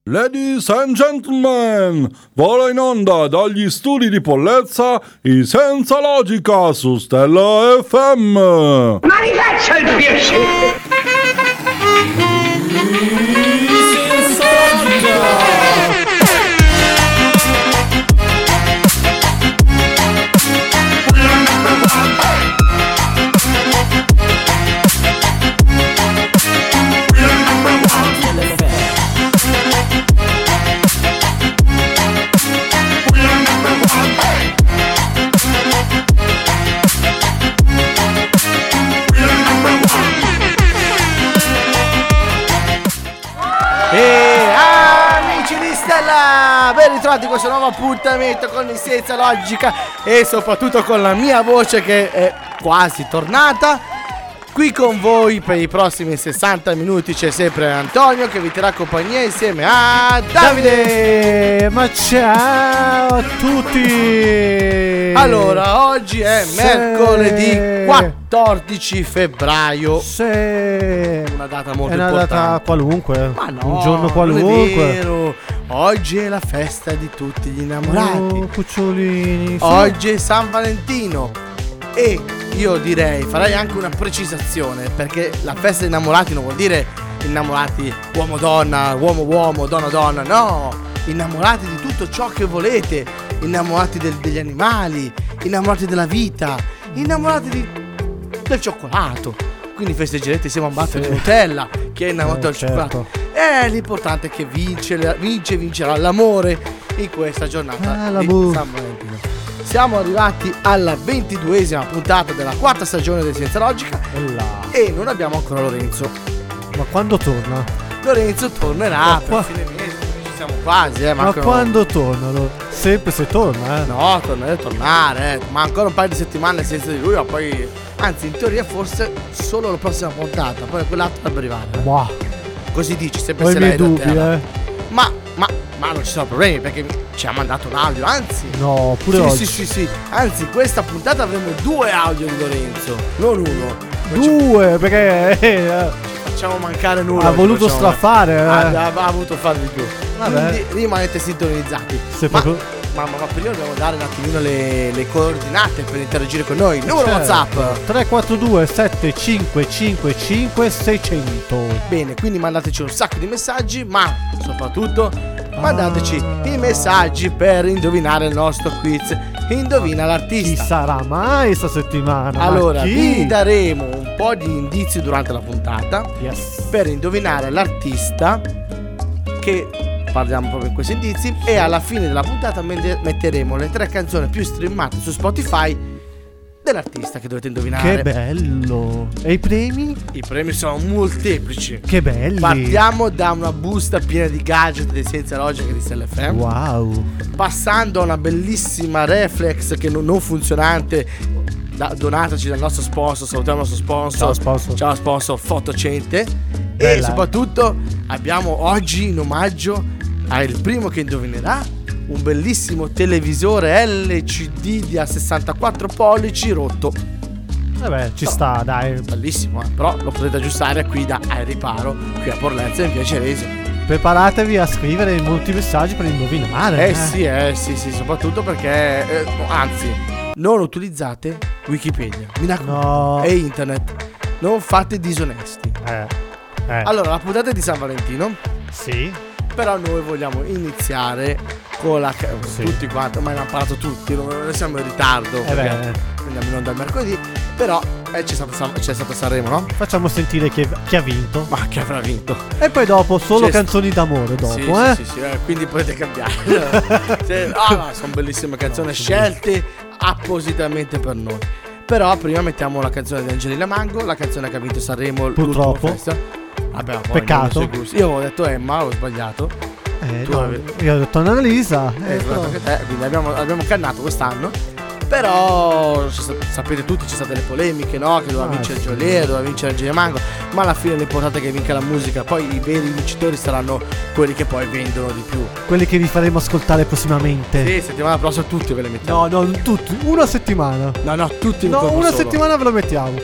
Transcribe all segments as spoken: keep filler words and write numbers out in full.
Ladies and gentlemen, vola in onda dagli studi di Pollezza i Senza Logica su Stella F M. Ma rifaccia il piacere! Senza Logica! E amici di Stella, ben ritrovati in questo nuovo appuntamento con il Senza Logica e soprattutto con la mia voce che è quasi tornata. Qui con voi per i prossimi sessanta minuti c'è sempre Antonio che vi terrà compagnia insieme a Davide. Ma ciao a tutti. Allora, oggi è sì. mercoledì quattordici febbraio. Sì. Una data molto è una importante. data qualunque. Ma no, un giorno qualunque. Non è vero. Oggi è la festa di tutti gli innamorati. Oh, cucciolini. Sì. Oggi è San Valentino. E io direi, farei anche una precisazione, perché la festa dei innamorati non vuol dire innamorati uomo-donna, uomo-uomo, donna-donna, no! Innamorati di tutto ciò che volete, innamorati del, degli animali, innamorati della vita, innamorati di, del cioccolato. Quindi festeggerete insieme a un baffo di Nutella, chi è innamorato eh, del cioccolato. certo. E l'importante è che vince, vince, vincerà l'amore in questa giornata ah, di bu- San Valentino. Siamo arrivati alla ventiduesima puntata della quarta stagione del Senza Logica e non abbiamo ancora Lorenzo. Ma quando torna? Lorenzo tornerà ma per qua... fine mese, ci siamo quasi, eh, ma mancano... quando torna? Sempre se torna, eh? No, tornerà a tornare, eh. Ma ancora un paio di settimane senza di lui, ma poi... Anzi, in teoria forse solo la prossima puntata, poi quell'altro dovrebbe arrivare. Boh. Così dici, sempre Ho se i l'hai miei da dubbi, terra. eh. Ma, ma, ma non ci sono problemi perché ci ha mandato un audio, anzi. No, pure sì, oggi. Sì, sì, sì. Anzi, questa puntata avremo due audio di Lorenzo, non uno. Non due, ci... perché eh, facciamo mancare nulla. Ha voluto facciamo... straffare, eh. ha, ha, ha voluto fare di più. Vabbè. Quindi rimanete sintonizzati. Se ma, proprio... ma, ma, ma prima dobbiamo dare un attimino le, le coordinate per interagire con noi. Numero certo. WhatsApp tre quattro due sette cinque cinque cinque sei zero zero. Bene, quindi mandateci un sacco di messaggi, ma soprattutto mandateci ah. i messaggi per indovinare il nostro quiz. Indovina l'artista. Chi sarà mai sta settimana? Allora, chi? vi daremo un po' di indizi durante la puntata yes. per indovinare l'artista, che parliamo proprio in questi indizi, e alla fine della puntata metteremo le tre canzoni più streamate su Spotify dell'artista che dovete indovinare. Che bello. E i premi? I premi sono molteplici. Che belli. Partiamo da una busta piena di gadget dei Senza Logica di Stella F M. Wow. Passando a una bellissima reflex che non, non funzionante da, donataci dal nostro sponsor. Salutiamo il nostro sponsor. Ciao sponsor. Ciao sponsor Fotocente. Bella. E soprattutto abbiamo oggi in omaggio al primo che indovinerà un bellissimo televisore L C D da sessantaquattro pollici rotto. Vabbè, ci sta, dai. Bellissimo, eh? Però lo potete aggiustare qui da Al Riparo, qui a Porlezza in via Ceresio. Preparatevi a scrivere molti messaggi per indovinare. Eh, eh. sì, eh sì, sì, soprattutto perché eh, anzi, non utilizzate Wikipedia, mi raccomando, no. e internet. Non fate disonesti. Eh. eh. Allora, la puntata è di San Valentino. Sì. Però noi vogliamo iniziare con la sì. tutti quanti, ormai l'hanno parlato tutti, noi siamo in ritardo eh perché andiamo in onda il mercoledì. Però eh, c'è, stato, c'è stato Sanremo, no? Facciamo sentire chi, chi ha vinto. Ma chi avrà vinto? E poi dopo solo c'è canzoni d'amore dopo, sì, eh? Sì, sì, sì, eh, quindi potete cambiare. se, oh, no, sono bellissime canzoni no, scelte appositamente per noi. Però prima mettiamo la canzone di Angelina Mango, la canzone che ha vinto Sanremo. Purtroppo. Vabbè, peccato. Io avevo detto Emma, ho sbagliato. Eh, no, avevi... Io ho detto Annalisa. Eh, eh, però... anche te, quindi abbiamo, abbiamo cannato quest'anno. Però sapete tutti, ci sono state le polemiche, no? Che doveva ah, vincere sì. Geolier, doveva vincere Angelina Mango. Ma alla fine l'importante è che vinca la musica. Poi i veri vincitori saranno quelli che poi vendono di più. Quelli che vi faremo ascoltare prossimamente. Sì, settimana prossima tutti ve le mettiamo. No, no, tutti, una settimana. No, no, tutti in No, una solo. settimana ve lo mettiamo.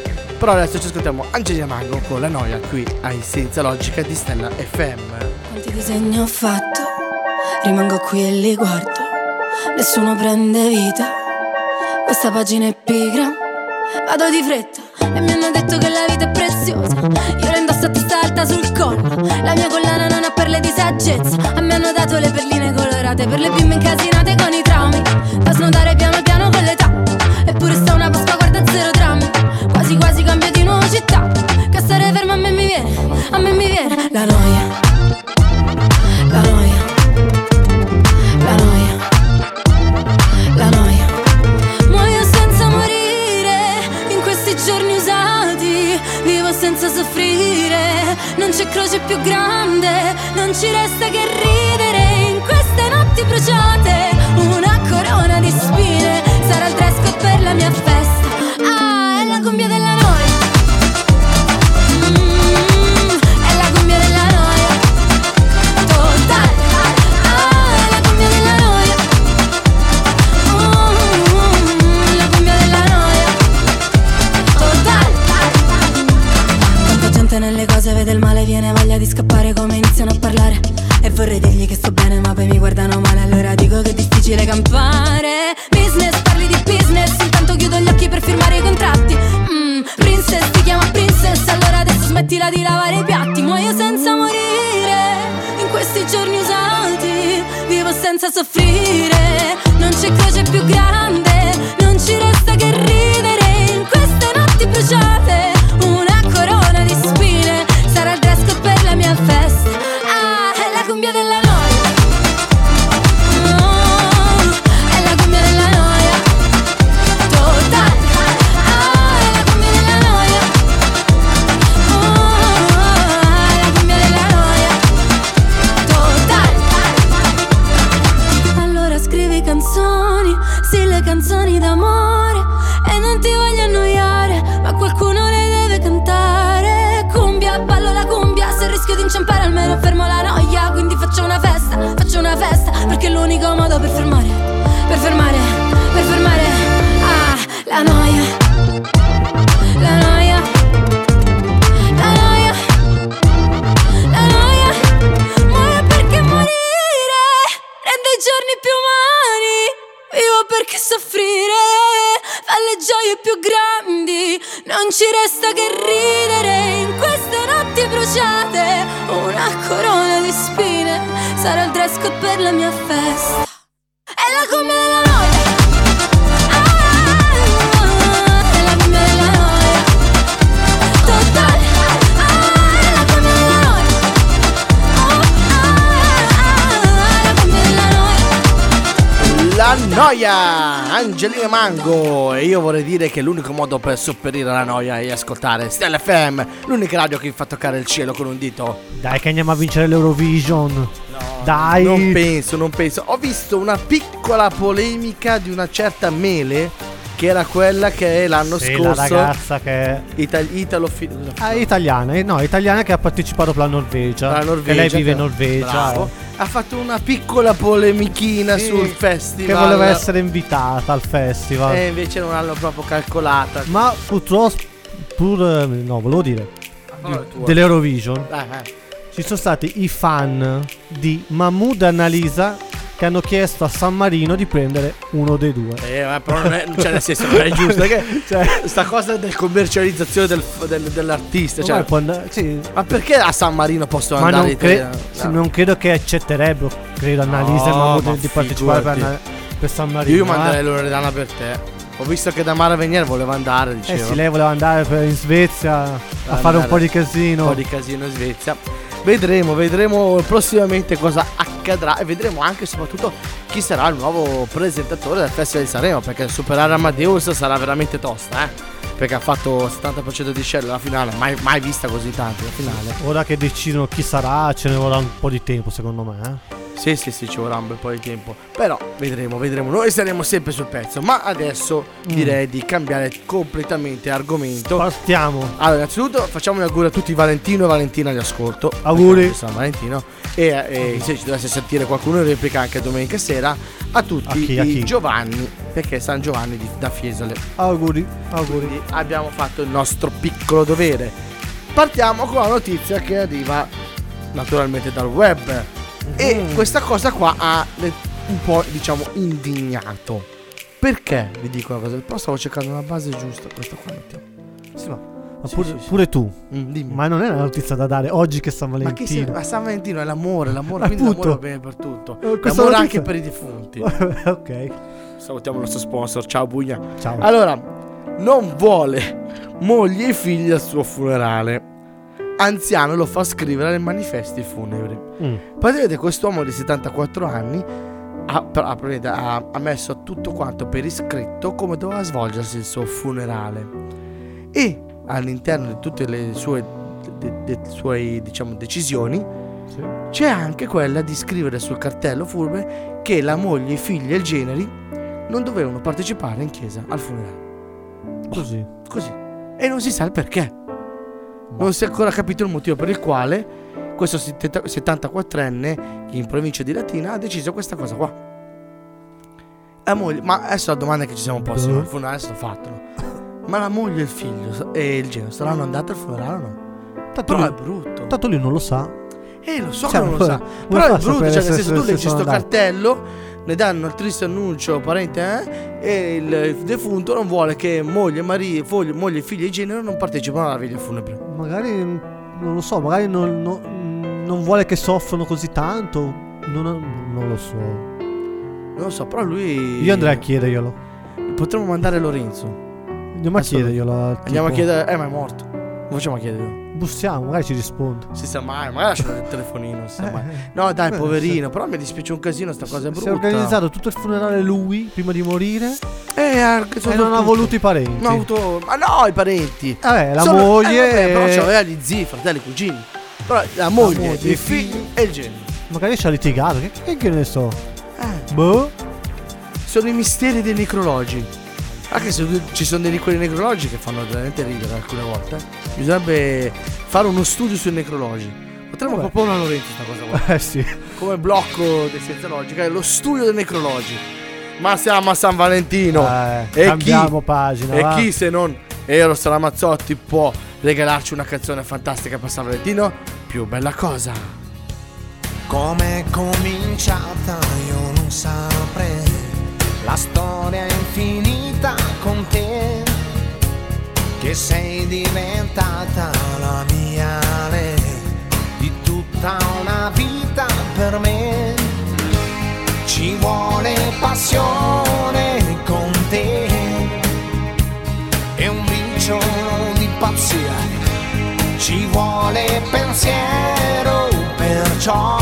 Però adesso ci ascoltiamo Angelina Mango con La Noia qui ai Senza Logica di Stella F M. Quanti disegni ho fatto, rimango qui e li guardo, nessuno prende vita, questa pagina è pigra, vado di fretta e mi hanno detto che la vita è preziosa, io la indosso a testa alta sul collo, la mia collana non ha perle di saggezza, a me hanno dato le perline colorate per le bimbe incasinate con i traumi, da snodare piano piano con l'età, eppure sta una Pasqua guarda zero drammi, quasi quasi cambio di nuovo città, che stare fermo a me mi viene, a me mi viene la noia. La noia, la noia, la noia. Muoio senza morire in questi giorni usati, vivo senza soffrire, non c'è croce più grande, non ci resta che ridere in queste notti bruciate, una corona di spine, sarà il dress code per la mia festa, ah, è la cumbia della noia. Mm, è la cumbia della noia. Totale, ah, è la cumbia della noia. Mm, la cumbia della noia. Totale. Tanta gente nelle cose vede il male, viene voglia di scappare come iniziano a parlare. E vorrei dirgli che sto bene ma poi mi guardano male, allora dico che è difficile campare. Business, parli di business, intanto chiudo gli occhi per firmare i contratti. mm, Princess, ti chiama princess, allora adesso smettila di lavare i piatti. Muoio senza morire in questi giorni usati, vivo senza soffrire, non c'è croce più grande, non ci resta che ridere in queste notti bruciate, una corona di spine, sarà il dress code per la mia festa, ah, è la cumbia della noia. Oh, è la cumbia della noia. Totale, ah, è la cumbia della noia. Oh, è la cumbia della noia. Totale. Allora scrivi canzoni, sì, le canzoni d'amore, e non ti voglio annoiare, ma qualcuno le deve cantare. Cumbia, ballo la cumbia, se rischio di inciampare almeno fermo la noia. Quindi faccio una festa, faccio una festa, perché è l'unico modo per fermare, per fermare, per fermare, ah, la noia. La noia, la noia, la noia. Muoio perché morire rende i giorni più umani, vivo perché soffrire fa le gioie più grandi, non ci resta che ridere in queste notti bruciate, una corona di spine, sarà il dress code per la mia festa, è la cumbia della noia. Ah, è la cumbia della noia. Totale, ah, è la cumbia della noia. Oh, ah, è la cumbia della noia. La noia, Angelina Mango. E io vorrei dire che l'unico modo per sopperire alla noia è ascoltare Stella F M, l'unica radio che vi fa toccare il cielo con un dito. Dai che andiamo a vincere l'Eurovision. No, Dai. non penso, non penso. Ho visto una piccola polemica di una certa Mele, che era quella che l'anno Sì, scorso la ragazza che Ital- Italo fi- ah, italiana, eh, no, italiana che ha partecipato per la Norvegia. la Norvegia, che lei vive in che- Norvegia. bravo, eh. ha fatto una piccola polemichina Sì, sul festival, che voleva essere invitata al festival. e invece non l'hanno proprio calcolata. Ma purtroppo, pur, eh, no, volevo dire, Parola tua. dell'Eurovision Eh, eh. ci sono stati i fan di Mahmood e Annalisa che hanno chiesto a San Marino di prendere uno dei due. Eh, ma però non è, cioè nel senso non è giusto, che Cioè, sta cosa del commercializzazione del, del- dell'artista, ormai cioè, può andare- sì, ma perché a San Marino possono ma andare non, i cre- italiani? sì, No. non credo che accetterebbero, credo, Annalisa e No, Mahmood ma di partecipare per, figurati. Anna- per San Marino. Io manderei eh. Loredana per te. Ho visto che Damara Venier voleva andare, Eh diceva. sì, lei voleva andare per- in Svezia a fare un andare- po' di un casino. po' di casino in Svezia. Vedremo, vedremo prossimamente cosa accadrà e vedremo anche e soprattutto chi sarà il nuovo presentatore del Festival di Sanremo, perché superare Amadeus sarà veramente tosta, eh. Perché ha fatto settanta per cento di share alla finale, mai, mai vista così tanto la finale. Ora che decidono chi sarà, ce ne vorrà un po' di tempo secondo me. Eh. Sì, sì, sì, ci vorrà un bel po' di tempo. Però vedremo, vedremo. Noi saremo sempre sul pezzo. Ma adesso mm. direi di cambiare completamente argomento. Partiamo. Allora, innanzitutto facciamo gli auguri a tutti Valentino e Valentina di ascolto. Auguri San Valentino. E, e se ci dovesse sentire qualcuno in replica anche domenica sera, a tutti a chi, a i chi? Giovanni, perché è San Giovanni di, da Fiesole. Auguri, auguri. Quindi abbiamo fatto il nostro piccolo dovere. Partiamo con la notizia che arriva naturalmente dal web. E mm. questa cosa qua ha un po', diciamo, indignato. Perché? Vi dico una cosa. Però stavo cercando una base giusta. Questa qua mettiamo. Sì, ma, ma sì, pure, sì, sì. pure tu mm, ma non è una notizia da dare oggi che San Valentino. Ma che sia, ma San Valentino è l'amore. L'amore, quindi l'amore va bene per tutto. eh, L'amore anche per i defunti. Ok. Salutiamo il nostro sponsor. Ciao Bugna. Ciao. Allora, non vuole moglie e figli al suo funerale. Anziano lo fa scrivere ai manifesti funebri. Mm. Praticamente quest'uomo di settantaquattro anni ha, ha, ha messo tutto quanto per iscritto come doveva svolgersi il suo funerale. E all'interno di tutte le sue, de, de, de, sue diciamo, decisioni sì. c'è anche quella di scrivere sul cartello funebre che la moglie, i figli e il generi non dovevano partecipare in chiesa al funerale. Così. Oh, così. E non si sa il perché. Non si è ancora capito il motivo per il quale questo settantaquattrenne in provincia di Latina ha deciso questa cosa qua. La moglie, ma adesso la domanda che ci siamo posti, il funerale è stato fatto, no? Ma la moglie e il figlio e il genero saranno andati al funerale o no? Tanto però lui, è brutto. Tanto lui non lo sa. Eh, lo so, cioè, che non lo sa. Però è brutto, cioè nel senso tu leggi sto cartello, ne danno il triste annuncio parente eh, e il defunto non vuole che moglie, marito, foglie, moglie, figli e genero non partecipano alla veglia funebre. Magari non lo so, magari non, non, non vuole che soffrono così tanto. Non, non lo so. Non lo so, però lui. Io andrei a chiederglielo. Potremmo mandare Lorenzo. Andiamo a chiederglielo. Andiamo a chiedere. Eh, ma è morto. Non facciamo a chiederglielo. Bussiamo, magari ci risponde. Si sa mai, magari lascia il telefonino. Si sa mai. No, dai, eh, poverino. Però mi dispiace un casino, sta cosa è brutta. Si è organizzato tutto il funerale lui prima di morire. Eh, anche e non ha voluto i parenti. Non ha avuto. Ma no, i parenti. Vabbè, la Sono... moglie. Eh, vabbè, però c'aveva gli zii, fratelli, cugini. Però la moglie, la moglie i figli e il genere. Magari ci ha litigato. Che, che, che ne so. Eh. Boh. Sono i misteri dei necrologi. Anche se ci sono dei quei necrologi che fanno veramente ridere alcune volte. Bisognerebbe fare uno studio sui necrologi. Potremmo Vabbè. proporre a Lorenzo questa cosa qua. Eh sì. Come blocco di Senza Logica è lo studio dei necrologi. Ma siamo a San Valentino. Eh, e cambiamo chi, pagina. E va. chi se non Eros Ramazzotti può regalarci una canzone fantastica per San Valentino? Più bella cosa. Come è cominciata io non saprei. La storia è infinita con te, che sei diventata la mia lei, di tutta una vita per me. Ci vuole passione con te e un briciolo di pazzia, ci vuole pensiero, perciò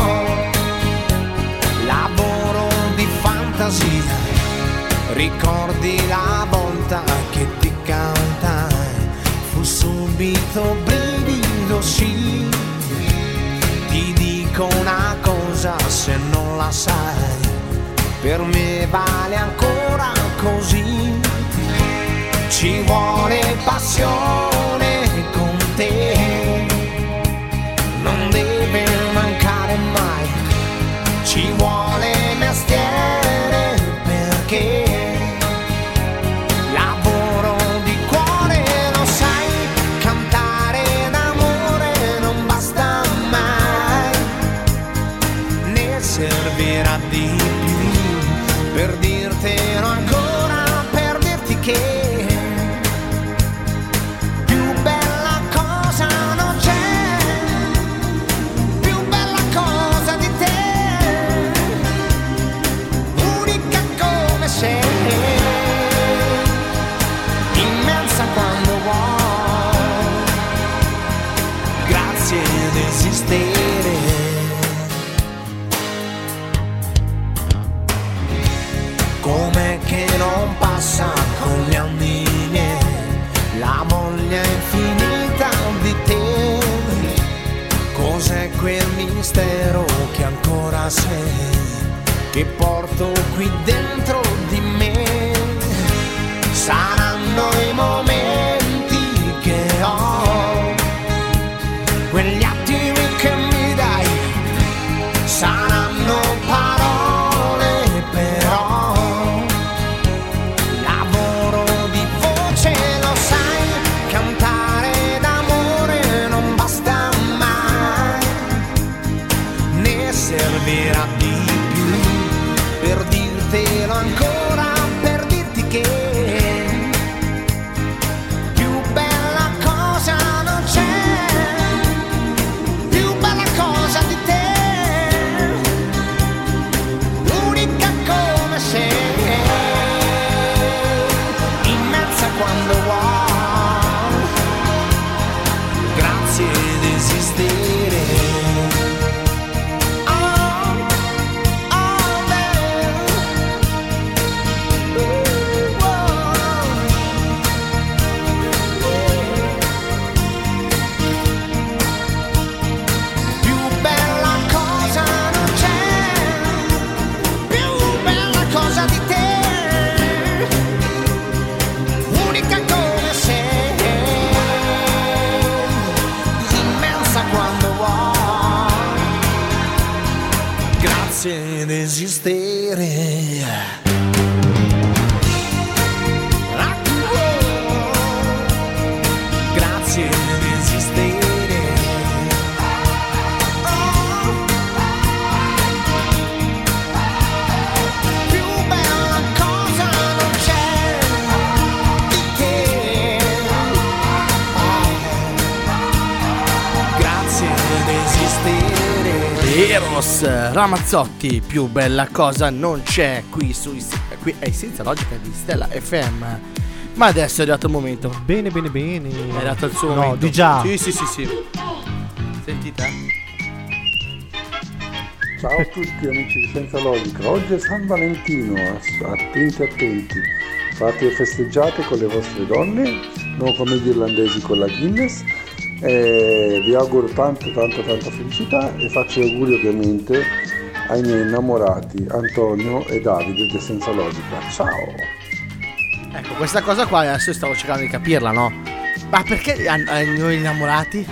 lavoro di fantasia. Ricordi la volta che ti cantai, fu subito brivido, sì. Ti dico una cosa se non la sai, per me vale ancora così. Ci vuole passione con te, non deve mancare mai. Ci vuole mestiere perché servirà di più per dirtelo ancora, per dirti che più bella cosa non c'è, più bella cosa di te, unica come sei, immensa quando vuoi, grazie ad esistere. Com'è che non passa con gli anni miei la voglia infinita di te? Cos'è quel mistero che ancora frase che porto qui dentro di me. Saranno i momenti che ho, quegli attimi che mi dai, saranno parole però. Lavoro di voce, lo sai, cantare d'amore non basta mai, ne servirà di più per dirtelo ancora, per dirti che ed esistere. Grazie ed esistere. Più bella cosa non c'è di te. Grazie ed esistere. Eros Ramazzotti, più bella cosa non c'è qui su qui è Senza Logica di Stella F M. Ma adesso è arrivato il momento. Bene, bene, bene. È arrivato il suo no, momento. di già. Sì, sì, sì, sì. Sentite. Ciao a tutti amici di Senza Logica. Oggi è San Valentino, attenti attenti. Fate festeggiate con le vostre donne, non come gli irlandesi con la Guinness. Eh, vi auguro tanto tanto tanta felicità e faccio gli auguri ovviamente ai miei innamorati Antonio e Davide di Senza Logica. Ciao. Ecco, questa cosa qua adesso stavo cercando di capirla, no? Ma perché a, a noi innamorati?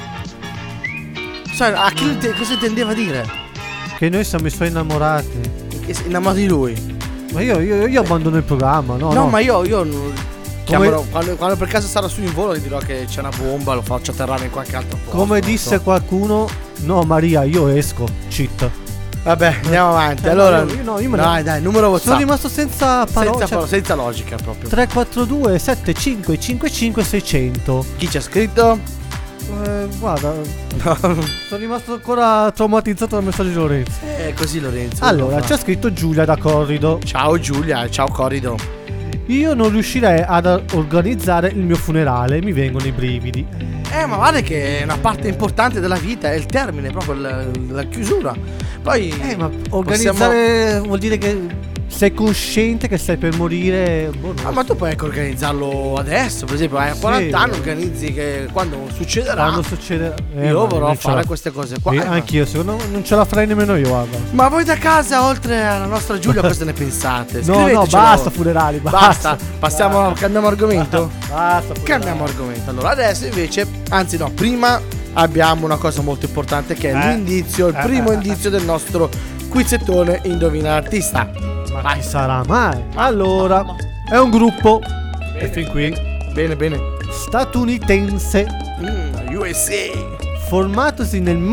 Cioè, a chi te, cosa intendeva dire? Che noi siamo i suoi innamorati. Che sei innamorato di lui? Ma io, io, io abbandono il programma, no? No, no. ma io, io Come... chiamerò, quando, quando per caso sarà su in volo gli dirò che c'è una bomba, lo faccio atterrare in qualche altro posto. Come disse so. qualcuno, no Maria, io esco, cheat. Vabbè, andiamo avanti. Eh, allora, no, io, no, io me ne- dai, dai, numero WhatsApp. Sono rimasto senza parole. senza, cioè, paro- senza logica proprio. tre quattro due sette cinque cinque cinque sei zero zero. Chi c'è scritto? Eh, guarda, sono rimasto ancora traumatizzato dal messaggio di Lorenzo. È così Lorenzo. Allora, lo fa. c'è scritto Giulia da Corrido. Ciao Giulia, ciao Corrido. Io non riuscirei ad organizzare il mio funerale, mi vengono i brividi. Eh, ma guarda che è una parte importante della vita, è il termine, proprio la, la chiusura. Poi Eh, ma organizzare possiamo... vuol dire che sei cosciente che stai per morire. Boh, non Ah, lo ma so. tu puoi anche organizzarlo adesso, per esempio, hai a Sì. quaranta anni, organizzi che quando succederà. Quando succede eh, Io ma vorrò non ce fare la- queste cose qua. Eh, Eh, ma- anch'io, secondo me non ce la farei nemmeno io, guarda. Ma voi da casa, oltre alla nostra Giulia, cosa ne pensate? No, no, Scrivetecelo. basta funerali, basta. Basta, passiamo, cambiamo argomento? Basta funerali. Cambiamo argomento. Allora, adesso invece, anzi no, prima abbiamo una cosa molto importante che è Eh. l'indizio, il Eh, primo eh, indizio del nostro quizettone Indovina l'artista. Ma chi sarà mai? Allora, è un gruppo e fin qui Bene, bene. statunitense Mm, U S A. formatosi nel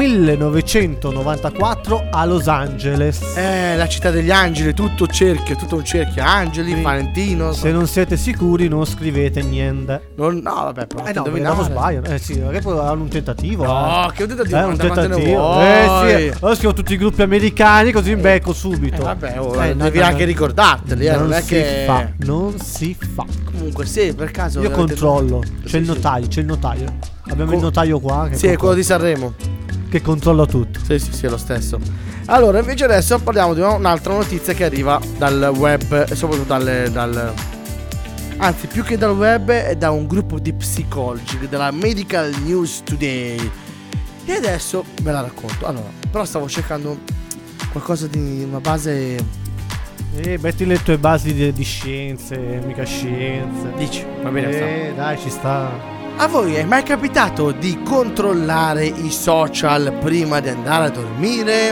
millenovecentonovantaquattro a Los Angeles. Eh, la città degli angeli, tutto cerchio, tutto un cerchio. Angeli, Sì. Valentino. Se non siete sicuri non scrivete niente. Non, no, vabbè, provate Eh no, a perché indovinare. dopo sbagliano. Eh sì, perché poi hanno un tentativo. No, eh. che ho tentativo, Eh, un quante volte ne tentativo. vuoi? Eh sì, io scrivo tutti i gruppi americani così in becco subito. Eh, vabbè, oh, Eh, no, devi no, anche no. ricordarteli, eh, non, è si che fa, non si fa. comunque se per caso Io avete- controllo. C'è Sì, il sì. notaio, c'è il notaio. Abbiamo Co- il notaio qua che, Sì, è quello controlla, di Sanremo. che controlla tutto. Sì, sì, sì, è lo stesso. Allora, invece adesso parliamo di un'altra notizia che arriva dal web e soprattutto dal, dal anzi, più che dal web è da un gruppo di psicologi della Medical News Today. E adesso ve la racconto. Allora, però stavo cercando qualcosa di una base. Eh, metti le tue basi di, di scienze, mica scienze. Dici, va bene. Eh, dai, ci sta. A voi è mai capitato di controllare i social prima di andare a dormire?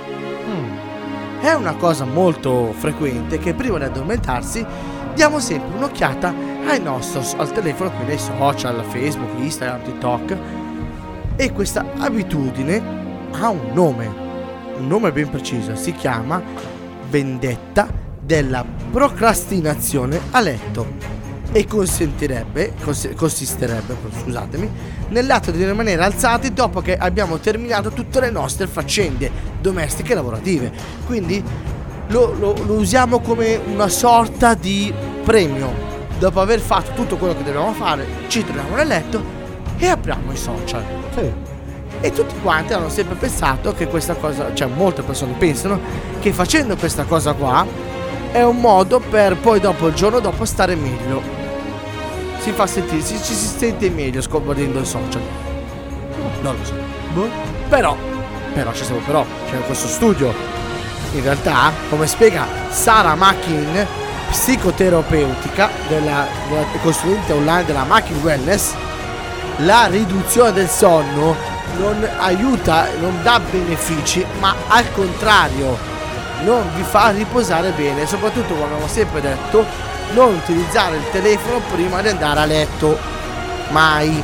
Mm. È una cosa molto frequente che prima di addormentarsi diamo sempre un'occhiata ai nostri, al telefono, quindi ai social, Facebook, Instagram, TikTok. E questa abitudine ha un nome, un nome ben preciso, si chiama vendetta della procrastinazione a letto e consentirebbe, cons- consisterebbe, scusatemi, nell'atto di rimanere alzati dopo che abbiamo terminato tutte le nostre faccende domestiche e lavorative. Quindi lo, lo, lo usiamo come una sorta di premio. Dopo aver fatto tutto quello che dobbiamo fare, ci troviamo nel letto e apriamo i social. Sì. E tutti quanti hanno sempre pensato che questa cosa, cioè molte persone pensano che facendo questa cosa qua è un modo per poi dopo il giorno dopo stare meglio. Si fa sentire, ci si, si sente meglio scoprendo i social. Non lo so. Boh. Però, però c'è sempre però, c'è questo studio. In realtà, come spiega Sarah Mackin, psicoterapeutica della, della consulente online della Mackin Wellness, la riduzione del sonno non aiuta, non dà benefici, ma al contrario non vi fa riposare bene. Soprattutto, come abbiamo sempre detto, non utilizzare il telefono prima di andare a letto, mai.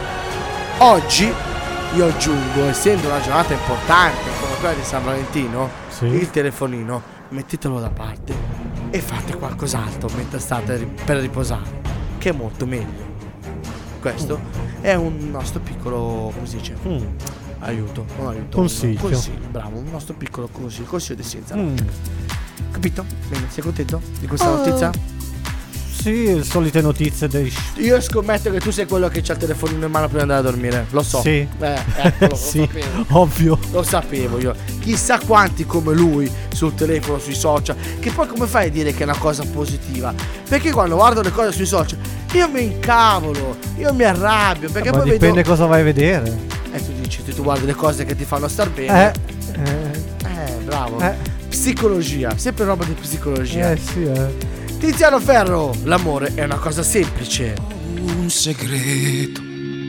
Oggi io aggiungo, essendo una giornata importante come quella di San Valentino, sì, il telefonino mettetelo da parte e fate qualcos'altro mentre state per riposare, che è molto meglio. Questo mm. è un nostro piccolo, come si dice, mm. aiuto, un aiuto, consiglio. Un consiglio, bravo, un nostro piccolo consiglio, consiglio di scienza. Mm. Capito? Bene, sei contento di questa uh, notizia? Sì, le solite notizie dei... Io scommetto che tu sei quello che c'ha il telefonino in mano prima di andare a dormire, lo so. Sì. Eh, eccolo, sì, lo sapevo. Ovvio. Lo sapevo io. Chissà quanti come lui sul telefono, sui social. Che poi come fai a dire che è una cosa positiva? Perché quando guardo le cose sui social io mi incavolo, io mi arrabbio, perché ma poi dipende vedo... cosa vai a vedere. E eh, tu dici, tu guardi le cose che ti fanno star bene. Eh, eh, eh bravo. Eh. Psicologia, sempre roba di psicologia. Eh sì, eh. Tiziano Ferro, l'amore è una cosa semplice. Un segreto,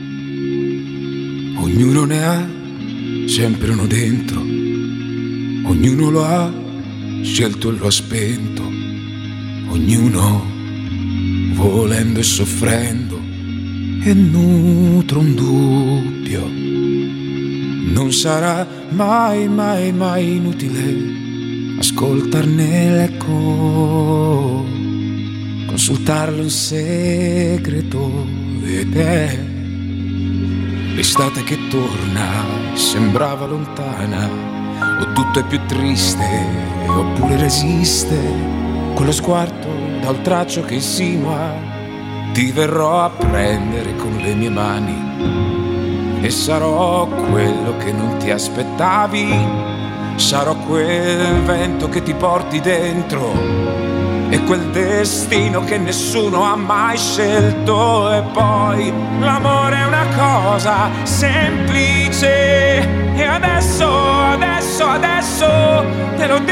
ognuno ne ha sempre uno dentro, ognuno lo ha scelto e lo ha spento, ognuno volendo e soffrendo e nutre un dubbio. Non sarà mai, mai, mai inutile ascoltarne l'eco, consultarlo in segreto, ed è l'estate che torna, sembrava lontana, o tutto è più triste, oppure resiste quello sguardo dal traccio che insinua. Ti verrò a prendere con le mie mani e sarò quello che non ti aspettavi, sarò quel vento che ti porti dentro e quel destino che nessuno ha mai scelto. E poi l'amore è una cosa semplice e adesso, adesso, adesso te lo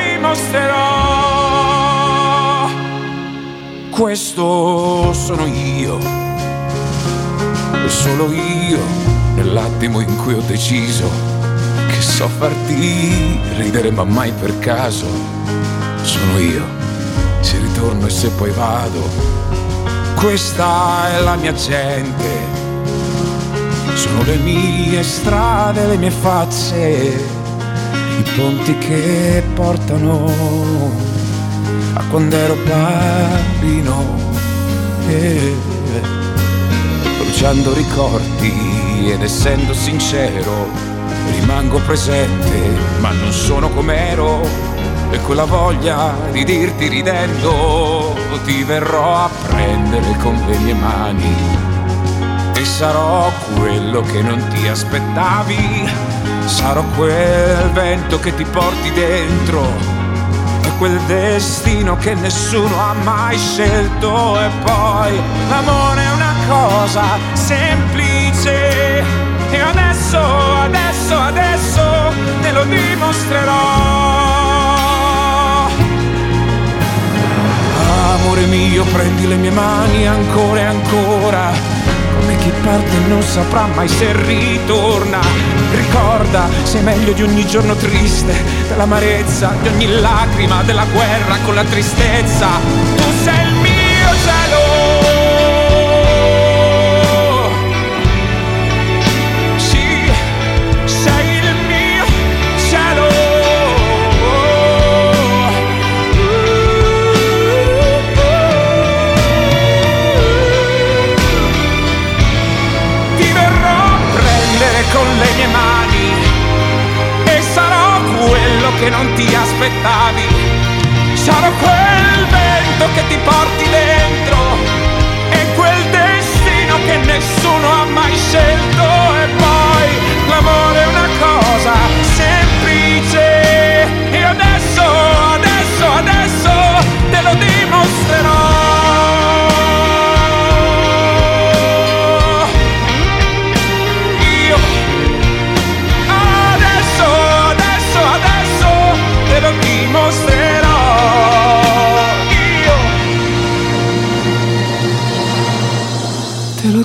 dimostrerò. Questo sono io, e solo io, nell'attimo in cui ho deciso che so farti ridere ma mai per caso. Sono io, se ritorno e se poi vado, questa è la mia gente, sono le mie strade, le mie facce, i ponti che portano a quando ero bambino, eh, bruciando ricordi ed essendo sincero rimango presente ma non sono com'ero. E quella voglia di dirti ridendo ti verrò a prendere con le mie mani e sarò quello che non ti aspettavi, sarò quel vento che ti porti dentro e quel destino che nessuno ha mai scelto. E poi l'amore è una cosa semplice e adesso, adesso, adesso te lo dimostrerò. mio, prendi le mie mani ancora e ancora, come chi parte non saprà mai se ritorna. Ricorda, sei meglio di ogni giorno triste, dell'amarezza, di ogni lacrima, della guerra con la tristezza. Tu sei il mio cielo, sì, sei il mio cielo. Ti verrò a prendere con le mie mani e sarò quello che non ti aspettavi. Sarò quel vento che ti porti dentro e quel destino che nessuno ha mai scelto. E poi l'amore è una cosa semplice e adesso, adesso, adesso te lo dimostrerò. Io adesso, adesso, adesso te lo dimostrerò. Te lo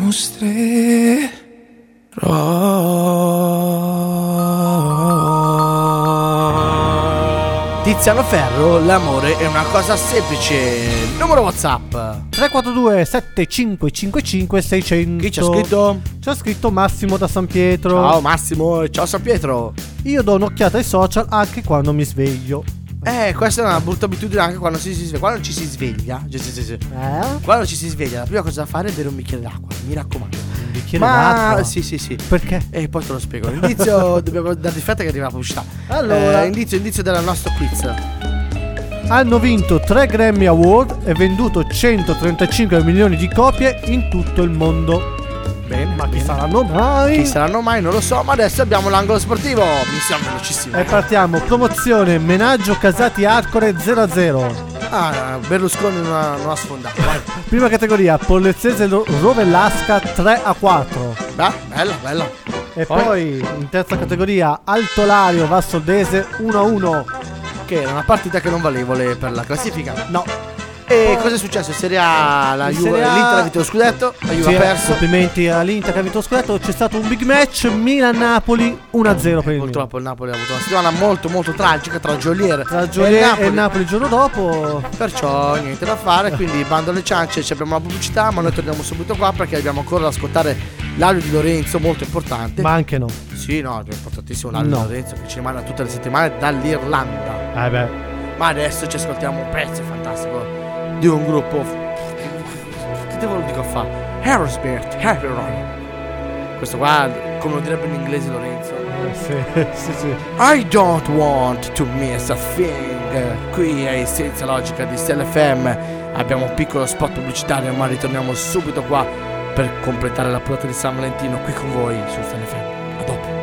dimostrerò. Tiziano Ferro, l'amore è una cosa semplice. Numero WhatsApp tre quattro due sette cinque cinque cinque sei zero zero. Chi c'ha scritto? C'ha scritto Massimo da San Pietro. Ciao Massimo e ciao San Pietro. Io do un'occhiata ai social anche quando mi sveglio. Eh, questa è una brutta abitudine anche quando si, si sveglia. Quando ci si sveglia, sì, sì, sì, sì. Eh? Quando ci si sveglia, la prima cosa da fare è bere un bicchiere d'acqua. Mi raccomando. Un bicchiere Ma d'acqua? sì, sì, sì. Perché? E poi te lo spiego. Indizio, dobbiamo dare fretta che arriva la pubblicità. Allora. eh, indizio, indizio del nostro quiz. Hanno vinto tre Grammy Award e venduto centotrentacinque milioni di copie in tutto il mondo. Bene, Ma chi bene. saranno mai? Chi saranno mai? Non lo so, ma adesso abbiamo l'angolo sportivo. Mi siamo velocissimi. E partiamo, promozione Menaggio Casati Arcore zero a zero. Ah, Berlusconi non ha, non ha sfondato. Vai. Prima categoria, Pollezzese Ro- Rovellasca tre a quattro. Beh, bella, bella. E Poi? poi in terza categoria Altolario Vassoldese uno a uno. Che era una partita che non valevole per la classifica. No. E cosa è successo? In Serie A la In Juve, Serie A- l'Inter ha vinto lo scudetto, la Juve Sì, ha perso. complimenti all'Inter che ha vinto lo scudetto. C'è stato un big match Milan-Napoli uno a zero per il Milan. Purtroppo il Napoli ha avuto una settimana molto molto tragica tra Jolier Tra e Joliet il e Napoli. il Napoli il giorno dopo. Perciò niente da fare, quindi bando alle ciance, ci abbiamo la pubblicità, ma noi torniamo subito qua perché abbiamo ancora da ascoltare l'audio di Lorenzo, molto importante. Ma anche no. Sì, no, è importantissimo l'audio No. di Lorenzo che ci rimanda tutte le settimane dall'Irlanda. Eh beh. Ma adesso ci ascoltiamo un pezzo fantastico di un gruppo. Che te lo dico a fa? Aerosmith, Aeron. Questo qua, come lo direbbe in inglese Lorenzo. Sì, sì, sì. I don't want to miss a thing. Qui è Senza Logica di Stella F M. Abbiamo un piccolo spot pubblicitario, ma ritorniamo subito qua per completare la puntata di San Valentino qui con voi su Stella F M. A dopo.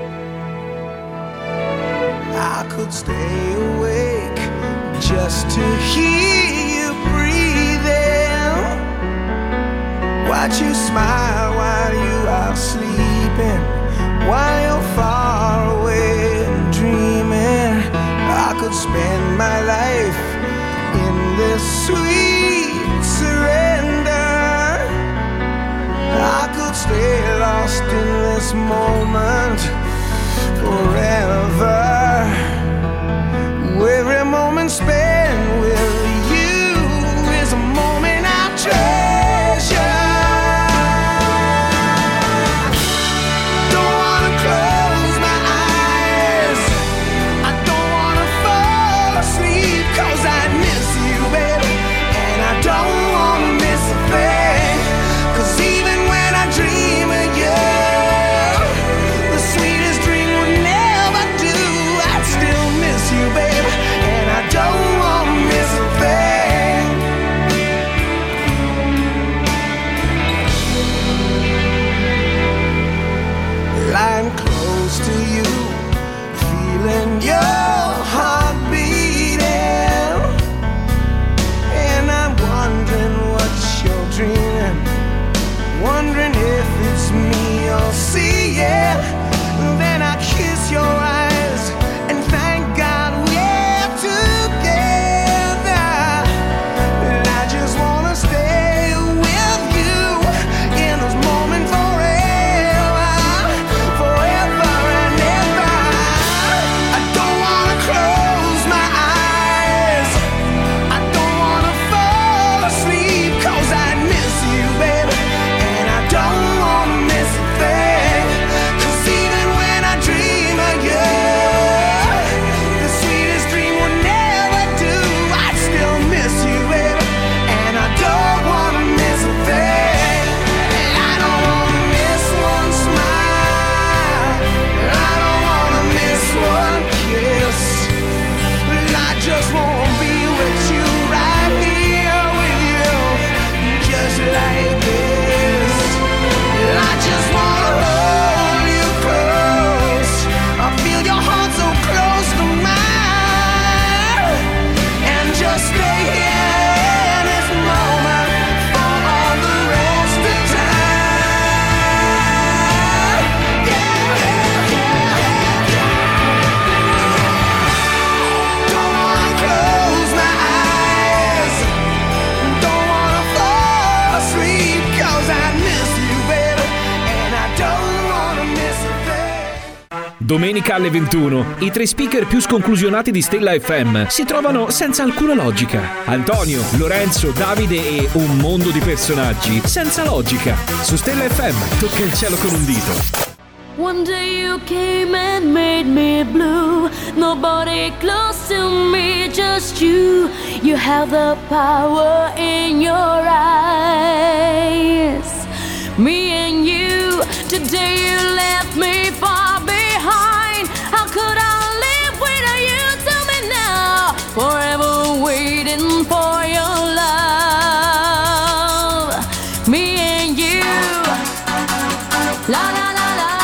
I could stay awake just to hear you breathing, watch you smile while you are sleeping, while you're far away and dreaming. I could spend my life in this sweet surrender. I could stay lost in this moment forever. Every moment spent with you is a moment I treasure. Don't wanna close my eyes, I don't wanna fall asleep, 'cause I miss you, baby, and I don't wanna miss a thing. 'Cause even when I dream of you, the sweetest dream would never do. I'd still miss you, baby, and I don't Domenica alle ventuno, i tre speaker più sconclusionati di Stella F M si trovano senza alcuna logica. Antonio, Lorenzo, Davide e un mondo di personaggi senza logica. Su Stella F M tocca il cielo con un dito. One day you came and made me blue. Nobody close to me, just you. You have the power in your eyes. Me and you, today you left me far behind. How could I live without you? Tell me now. Forever waiting for your love. Me and you. La la la.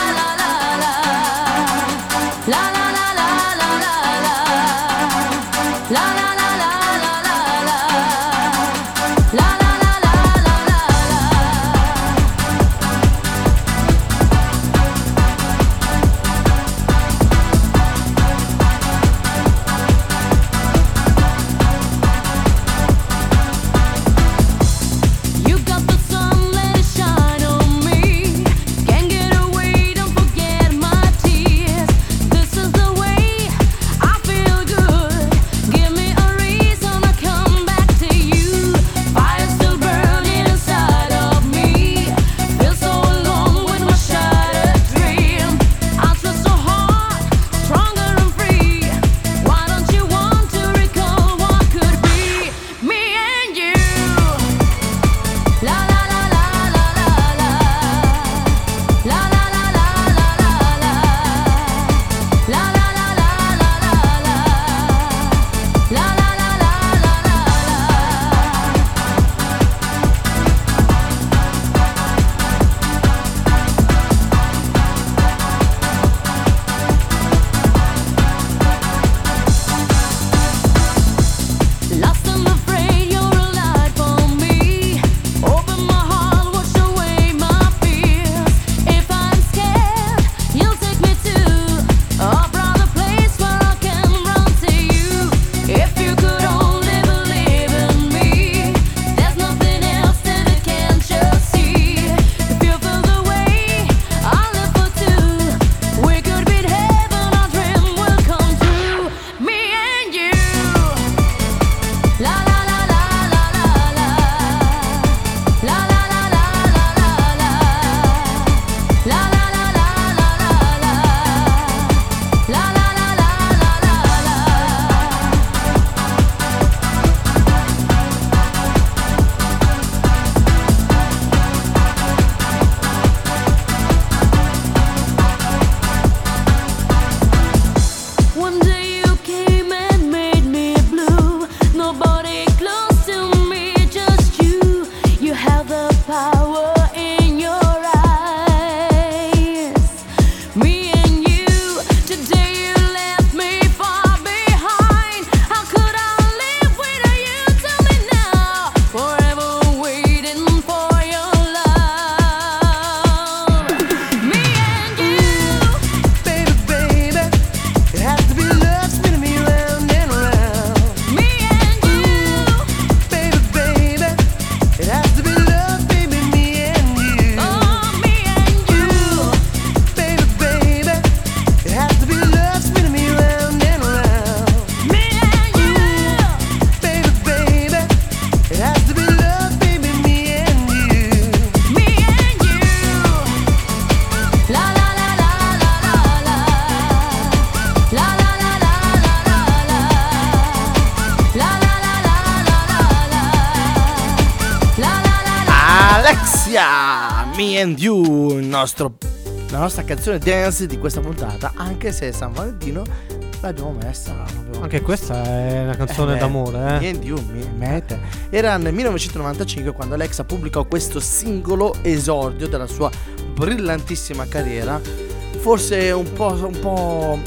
Me and You, il nostro, la nostra canzone dance di questa puntata, anche se San Valentino l'abbiamo messa proprio. Anche questa è una canzone eh, d'amore, eh. Me and You, me, me te. Era nel millenovecentonovantacinque quando Alexa pubblicò questo singolo esordio della sua brillantissima carriera, forse un po', un po'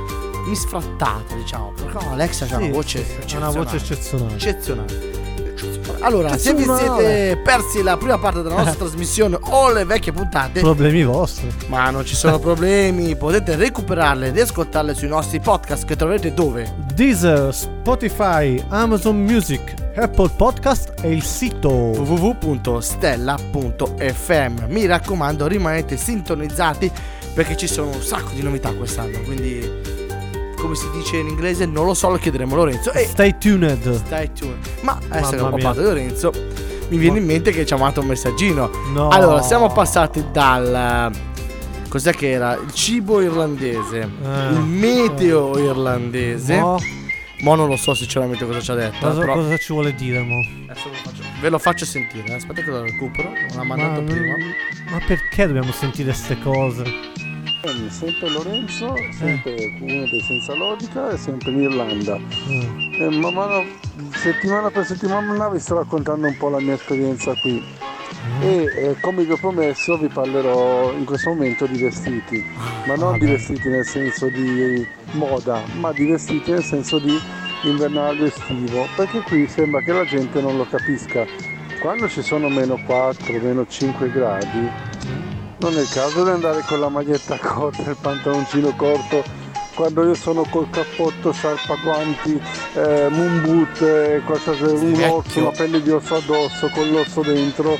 misfrattata, diciamo, però Alexa sì, ha una voce, sì, una voce eccezionale. eccezionale. Allora, se vi siete persi la prima parte della nostra trasmissione o le vecchie puntate, problemi vostri. Ma non ci sono problemi, potete recuperarle ed ascoltarle sui nostri podcast che troverete dove? Deezer, Spotify, Amazon Music, Apple Podcast e il sito w w w punto stella punto f m. Mi raccomando, rimanete sintonizzati perché ci sono un sacco di novità quest'anno, quindi come si dice in inglese non lo so, lo chiederemo a Lorenzo. E Stay tuned. Stai tuned. Ma adesso che ho Mamma mia. parlato di Lorenzo, mi viene in mente che ci ha mandato un messaggino. No. Allora, siamo passati dal cos'è che era? Il cibo irlandese, Eh. il meteo irlandese. No. Mo non lo so sinceramente cosa ci ha detto, Cosa, però cosa ci vuole dire, mo? adesso ve lo faccio, ve lo faccio sentire. eh. Aspetta che lo recupero, non l'ha Ma, mandato prima. ma perché dobbiamo sentire ste cose? Sempre Lorenzo, sempre uno dei Senza Logica e sempre in Irlanda. E man mano, settimana per settimana vi sto raccontando un po' la mia esperienza qui. E eh, come vi ho promesso vi parlerò in questo momento di vestiti, ma non di vestiti nel senso di moda, ma di vestiti nel senso di invernario estivo, perché qui sembra che la gente non lo capisca. Quando ci sono meno quattro, meno cinque gradi, non è il caso di andare con la maglietta corta e il pantaloncino corto, quando io sono col cappotto, sciarpa, guanti, eh, moon boot, eh, qualcosa, un orso, una pelle di orso addosso, con l'orso dentro,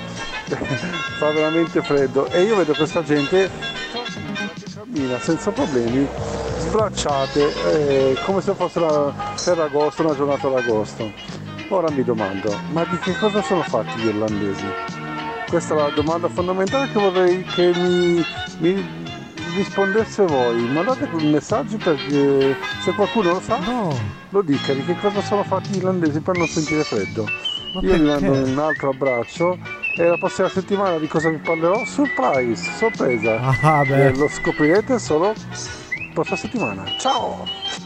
fa veramente freddo. E io vedo questa gente cammina senza problemi, sbracciate, eh, come se fosse la Ferragosto, una giornata d'agosto. Ora mi domando, ma di che cosa sono fatti gli irlandesi? Questa è la domanda fondamentale che vorrei che mi, mi rispondesse voi. Mandate un messaggio, perché se qualcuno lo sa, no. lo dica di che cosa sono fatti gli irlandesi per non sentire freddo. Ma Io vi perché? mando un altro abbraccio e la prossima settimana di cosa vi parlerò? Surprise, sorpresa. Ah, beh. Eh, lo scoprirete solo prossima settimana. Ciao!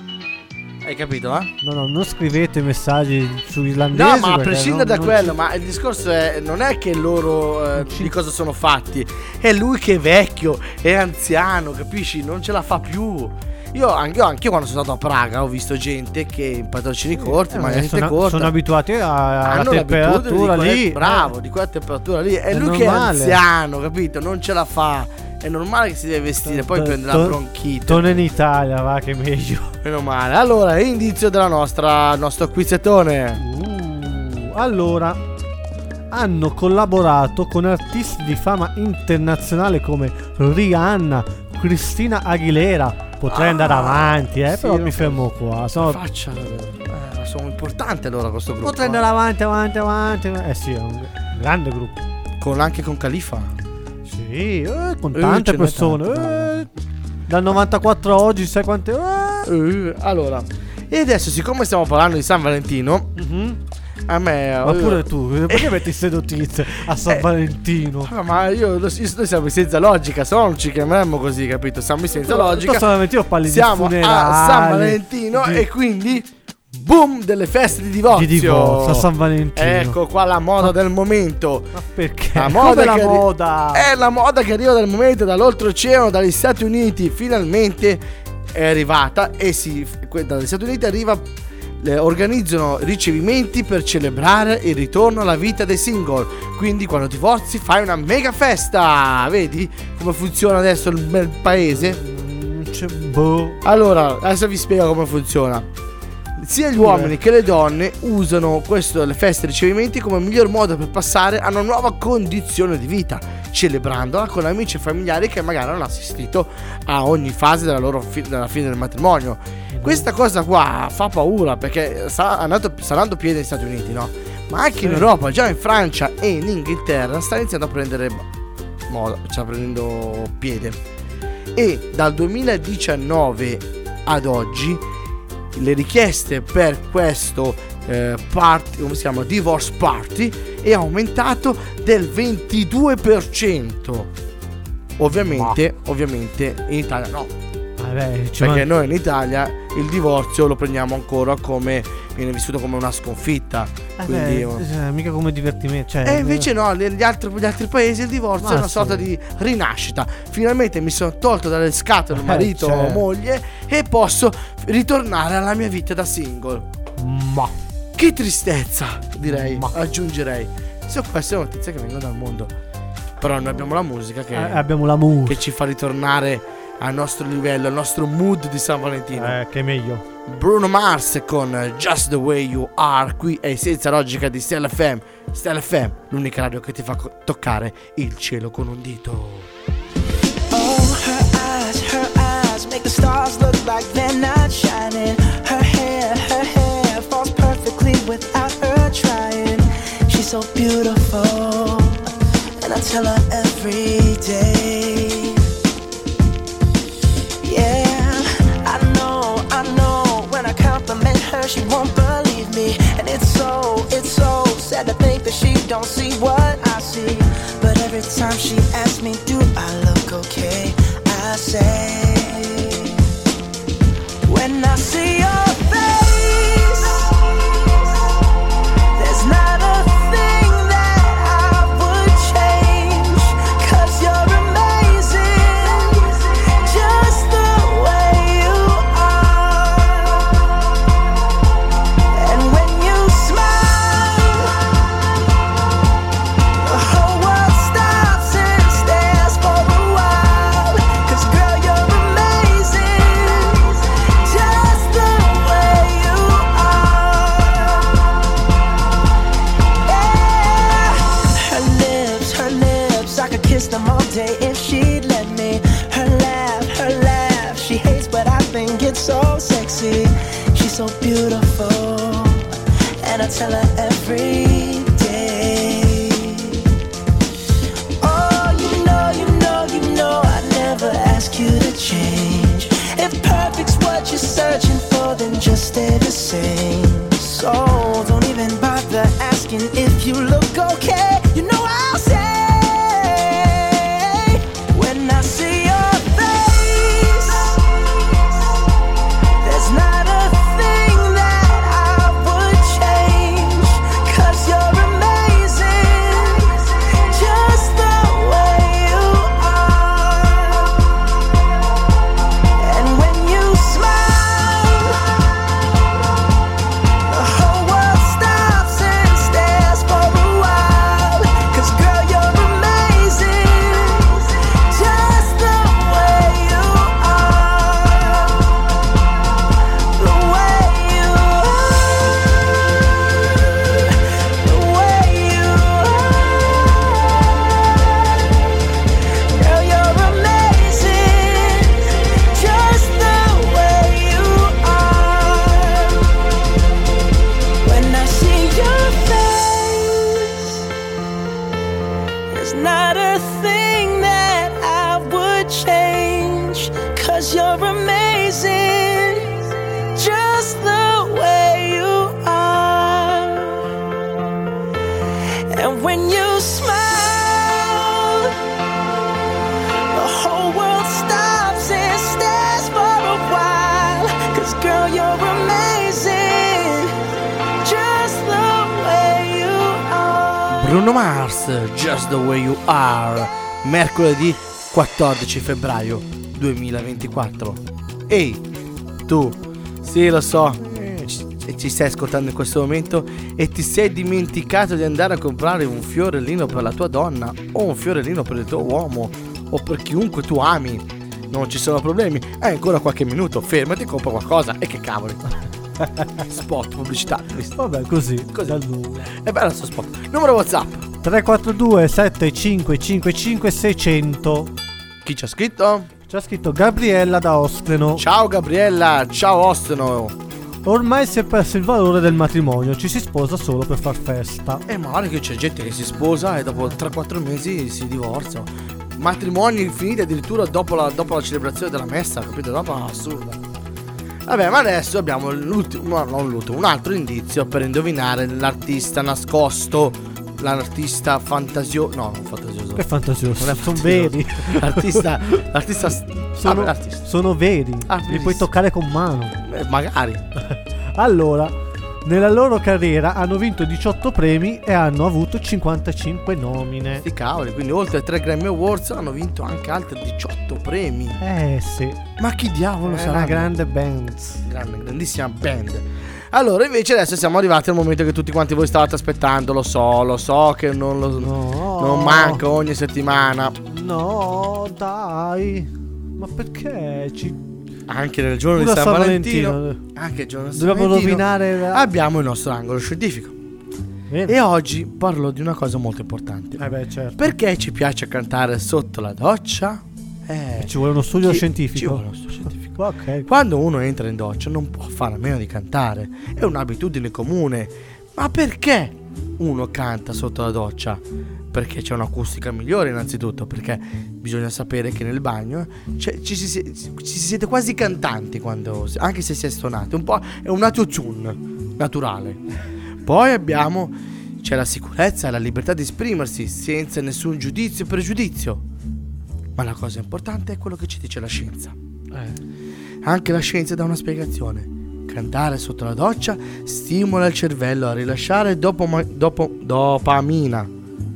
Hai capito, eh? No, no, non scrivete messaggi su irlandesi. No, ma a perché prescindere non- da non quello, ci- ma il discorso è, non è che loro eh, ci- di cosa sono fatti, è lui che è vecchio, è anziano, capisci? Non ce la fa più. Io anche, io anche quando sono stato a Praga ho visto gente che in pantaloncini corti, Eh, magliette sono, corte, sono abituati a- alla hanno l'abitudine temperatura di quella- lì. bravo, di quella temperatura lì. È, È lui che è normale. anziano, capito? Non ce la fa. È normale che si deve vestire, poi To- prende la to- bronchite. Torna in Italia, va, che è meglio. Meno male. Allora, indizio della nostra il nostro quizzettone. Uh, allora, hanno collaborato con artisti di fama internazionale come Rihanna, Cristina Aguilera. Potrei Ah, andare avanti, eh, sì, però lo- mi fermo qua. Sono- Faccia. Eh, sono importanti allora questo gruppo. Potrei andare avanti, avanti, avanti. Eh sì, è un grande gruppo. Con anche con Khalifa. Sì, eh, con Eh, tante ce n'è persone. tante. eh, dal novantaquattro a oggi, sai quante. eh. Eh, allora, e adesso siccome stiamo parlando di San Valentino, Mhm. a me Ma pure tu, perché metti queste notizie a San Eh. Valentino? Ah, ma io, io- noi siamo senza logica, se no non ci chiameremmo così, capito? Siamo senza Tu- logica. tu San Valentino parli di Siamo a funerali, San Valentino di- e quindi boom delle feste di divorzio. Di divorzio a San Valentino. Ecco qua la moda del momento. Ma perché? La moda Come la che arri- moda? È la moda che arriva dal momento dall'oltreoceano, dagli Stati Uniti, finalmente è arrivata e si que- dagli Stati Uniti arriva le- organizzano ricevimenti per celebrare il ritorno alla vita dei single. Quindi quando divorzi fai una mega festa. Vedi come funziona adesso il bel paese? Mm, c'è- boh. Allora, adesso vi spiego come funziona. Sia gli uomini che le donne usano questo, le feste e i ricevimenti come miglior modo per passare a una nuova condizione di vita, celebrandola con amici e familiari che magari hanno assistito a ogni fase della loro fi- della fine del matrimonio. Questa cosa qua fa paura perché sta andando, sta andando piede negli Stati Uniti, no? Ma anche in Europa, già in Francia e in Inghilterra sta iniziando a prendere moda, sta prendendo piede. E dal duemiladiciannove ad oggi le richieste per questo eh, party, come si chiama, divorce party, è aumentato del ventidue per cento. Ovviamente, ovviamente in Italia no, Vabbè, ci perché man- noi in Italia il divorzio lo prendiamo ancora come, viene vissuto come una sconfitta. Quindi, Vabbè, eh, mica come divertimento. Cioè, e invece no, negli altri, negli altri paesi il divorzio Ma è una sì. sorta di rinascita. Finalmente mi sono tolto dalle scatole Eh, marito certo. o moglie e posso ritornare alla mia vita da single. Ma Che tristezza, direi, Ma. aggiungerei. Sono queste notizie che vengono dal mondo. Però noi abbiamo la musica che, eh, abbiamo la musica. che ci fa ritornare al nostro livello, al nostro mood di San Valentino. Eh, che è meglio. Bruno Mars con Just The Way You Are, qui è Senza Logica di Stella F M. Stella F M, l'unica radio che ti fa co- toccare il cielo con un dito. Oh, her stars look like they're not shining. Her hair, her hair falls perfectly without her trying. She's so beautiful, and I tell her every day. Yeah, I know, I know, when I compliment her she won't believe me. And it's so, it's so sad to think that she don't see what I see. But every time she asks me, do I look okay, I say, when I see your face, there's not a thing that I would change. 'Cause you're amazing, just the way you are. And when you smile, the whole world stops and stares for a while. 'Cause girl, you're amazing, just the way you are. Yeah. Her lips, her lips, I could kiss them all day if she'd let me. Her laugh, her laugh, she hates but I think it's so sexy. She's so beautiful, and I tell her every day. Oh, you know, you know, you know I never ask you to change. If perfect's what you're searching for, then just stay the same. So don't even bother asking if you look okay. You know I'll say, when I see your face, there's not a thing that I would change. 'Cause you're amazing, just the way you are. And when you smile, the whole world stops and stares for a while. 'Cause girl, you're amazing, just the way you are. The way you are, the way you are. Girl, you're amazing, just the way you are. When I see your face, there's not a thing that I would change. 'Cause you're amazing, just the way you are. And when you smile, the whole world stops and stares for a while. 'Cause girl, you're amazing, just the way you are. Bruno Mars, Just the Way You Are, mercoledì quattordici febbraio duemilaventiquattro. Ehi, tu, sì lo so, ci, ci stai ascoltando in questo momento e ti sei dimenticato di andare a comprare un fiorellino per la tua donna o un fiorellino per il tuo uomo o per chiunque tu ami. Non ci sono problemi, hai ancora qualche minuto, fermati e compra qualcosa. E che cavoli. Spot, pubblicità. Vabbè, così, Così. dal nulla. È bello sto spot. Numero WhatsApp. tre quattro due sette cinque cinque cinque sei zero zero. Chi ci ha scritto? C'ha scritto Gabriella da Osteno. Ciao Gabriella, ciao Osteno. Ormai si è perso il valore del matrimonio, ci si sposa solo per far festa. E magari che c'è gente che si sposa e dopo tre quattro mesi si divorzia. Matrimoni finiti addirittura dopo la, dopo la celebrazione della messa, capito? Roba assurda. Vabbè, ma adesso abbiamo l'ultimo, no, non l'ultimo, un altro indizio per indovinare l'artista nascosto, l'artista fantasioso, no, non fantasioso. Che fantasioso, Non è sono fantasioso. veri. L'artista, l'artista, Sono, vabbè, l'artista. sono veri, Ah, li verissimo. puoi toccare con mano. Eh, magari. Allora, nella loro carriera hanno vinto diciotto premi e hanno avuto cinquantacinque nomine. Sti cavoli, quindi oltre ai tre Grammy Awards hanno vinto anche altri diciotto premi. Eh sì, Ma chi diavolo è sarà? una grande band. Grande, grandissima band. Allora invece adesso siamo arrivati al momento che tutti quanti voi stavate aspettando. Lo so, lo so che non, lo, No. non manca ogni settimana. No, dai. Ma perché ci... Anche nel giorno Pure di a San San Valentino, Valentino. Anche il giorno di San Dobbiamo Valentino rovinare la- abbiamo il nostro angolo scientifico. Bene. E oggi parlo di una cosa molto importante. Eh beh, certo. Perché ci piace cantare sotto la doccia? Eh, Ci vuole uno studio chi- scientifico. Ci vuole uno studio scientifico. Ok. Quando uno entra in doccia non può fare a meno di cantare, è un'abitudine comune. Ma perché uno canta sotto la doccia? Perché c'è un'acustica migliore innanzitutto, perché bisogna sapere che nel bagno c'è, ci, si, ci si siete quasi cantanti quando, anche se si è stonati, un po' è un autotune naturale. Poi abbiamo, c'è la sicurezza e la libertà di esprimersi senza nessun giudizio o pregiudizio. Ma la cosa importante è quello che ci dice la scienza. Eh. Anche la scienza dà una spiegazione. Cantare sotto la doccia stimola il cervello a rilasciare dopoma, dopo, dopamina,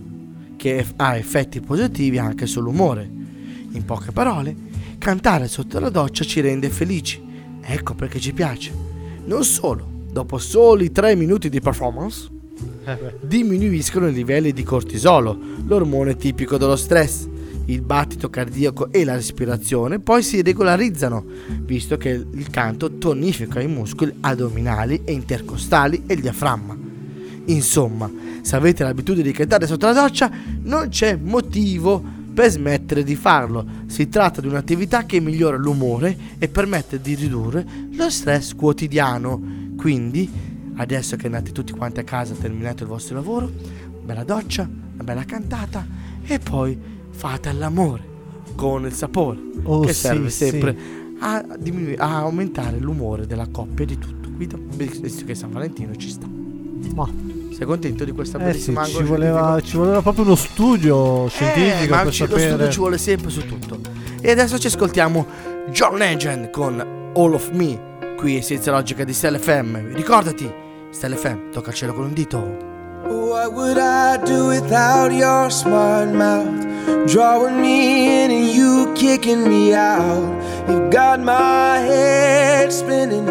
che ha effetti positivi anche sull'umore. In poche parole, cantare sotto la doccia ci rende felici. Ecco perché ci piace. Non solo, dopo soli tre minuti di performance diminuiscono i livelli di cortisolo, l'ormone tipico dello stress. Il battito cardiaco e la respirazione poi si regolarizzano, visto che il canto tonifica i muscoli addominali e intercostali e il diaframma. Insomma, se avete l'abitudine di cantare sotto la doccia, non c'è motivo per smettere di farlo. Si tratta di un'attività che migliora l'umore e permette di ridurre lo stress quotidiano. Quindi, adesso che andate tutti quanti a casa, terminate il vostro lavoro, bella doccia, una bella cantata e poi fate l'amore con il sapore, oh, che sì, serve sempre sì. a, diminu- a aumentare l'umore della coppia di tutto. Qui, visto che San Valentino ci sta. Ma sei contento di questa eh bellissima sì, ci voleva, ci voleva proprio uno studio scientifico eh, ma per ci, sapere. lo studio ci vuole sempre su tutto. E adesso ci ascoltiamo John Legend con All of Me qui è Senza Logica di Stella F M. Ricordati, Stella F M tocca il cielo con un dito. What would I do without your smart mouth? Drawing me in and you kicking me out. You've got my head spinning,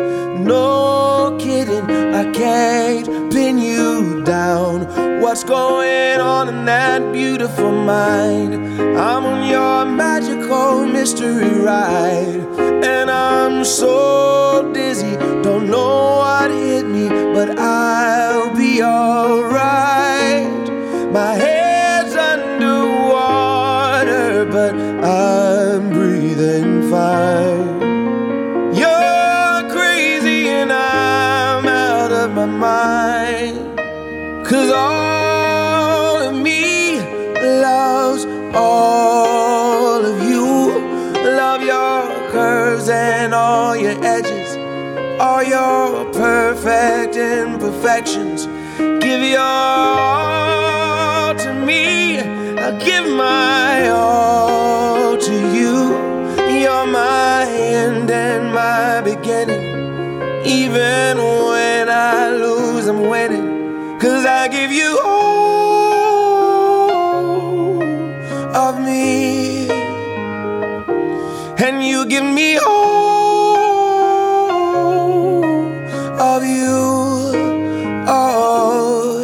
no kidding. I can't pin you down. What's going on in that beautiful mind? I'm on your magical mystery ride, and I'm so dizzy, don't know what hit me, but I'll be alright. My head's underwater, but I'm breathing fine. You're crazy and I'm out of my mind, 'cause all of me loves all of you. Love your curves and all your edges, all your perfect imperfections. Give your all to me, I'll give my all to you. You're my end and my beginning. Even when I lose, I'm winning, 'cause I give you all of me, and you give me all of you. Oh,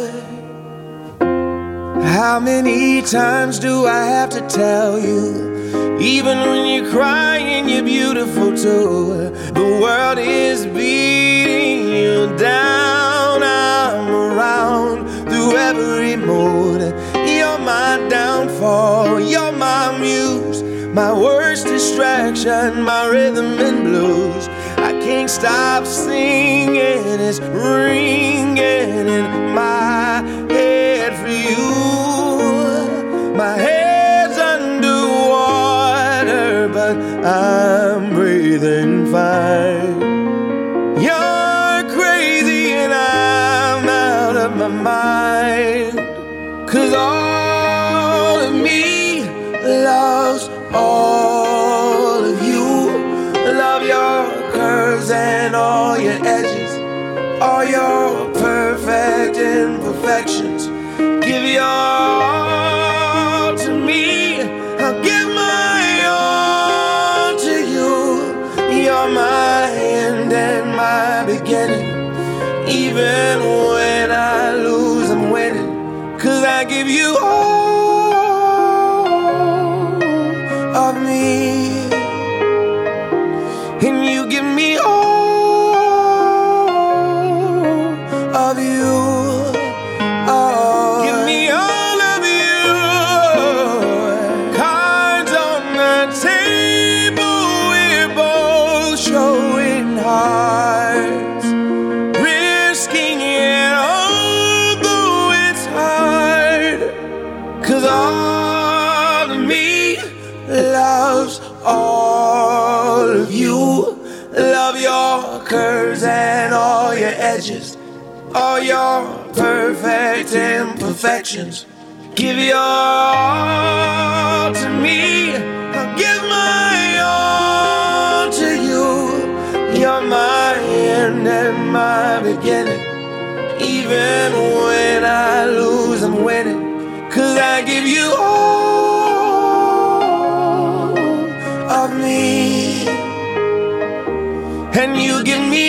how many times do I have to tell you? Even when you're crying, you're beautiful too. The world is beating you down. I'm around through every mood. You're my downfall, you're my muse, my worst distraction, my rhythm and blues. I can't stop singing, it's ringing in my head for you. My head's underwater, but I'm breathing fine. You're crazy and I'm out of my mind, 'cause all of me loves all of you. Love your curves and all your edges, all your perfect imperfections. Give your all to me, I'll give my all to you. You're my end and my beginning. Even when I lose, I'm winning, 'cause I give you all of me, and you give me all of you. Oh, give me all of you. Cards on the table, we're both all of you. Love your curves and all your edges, all your perfect imperfections. Give your all to me, I'll give my all to you. You're my end and my beginning. Even when I lose, I'm winning. 'Cause I give you all of me, and you give me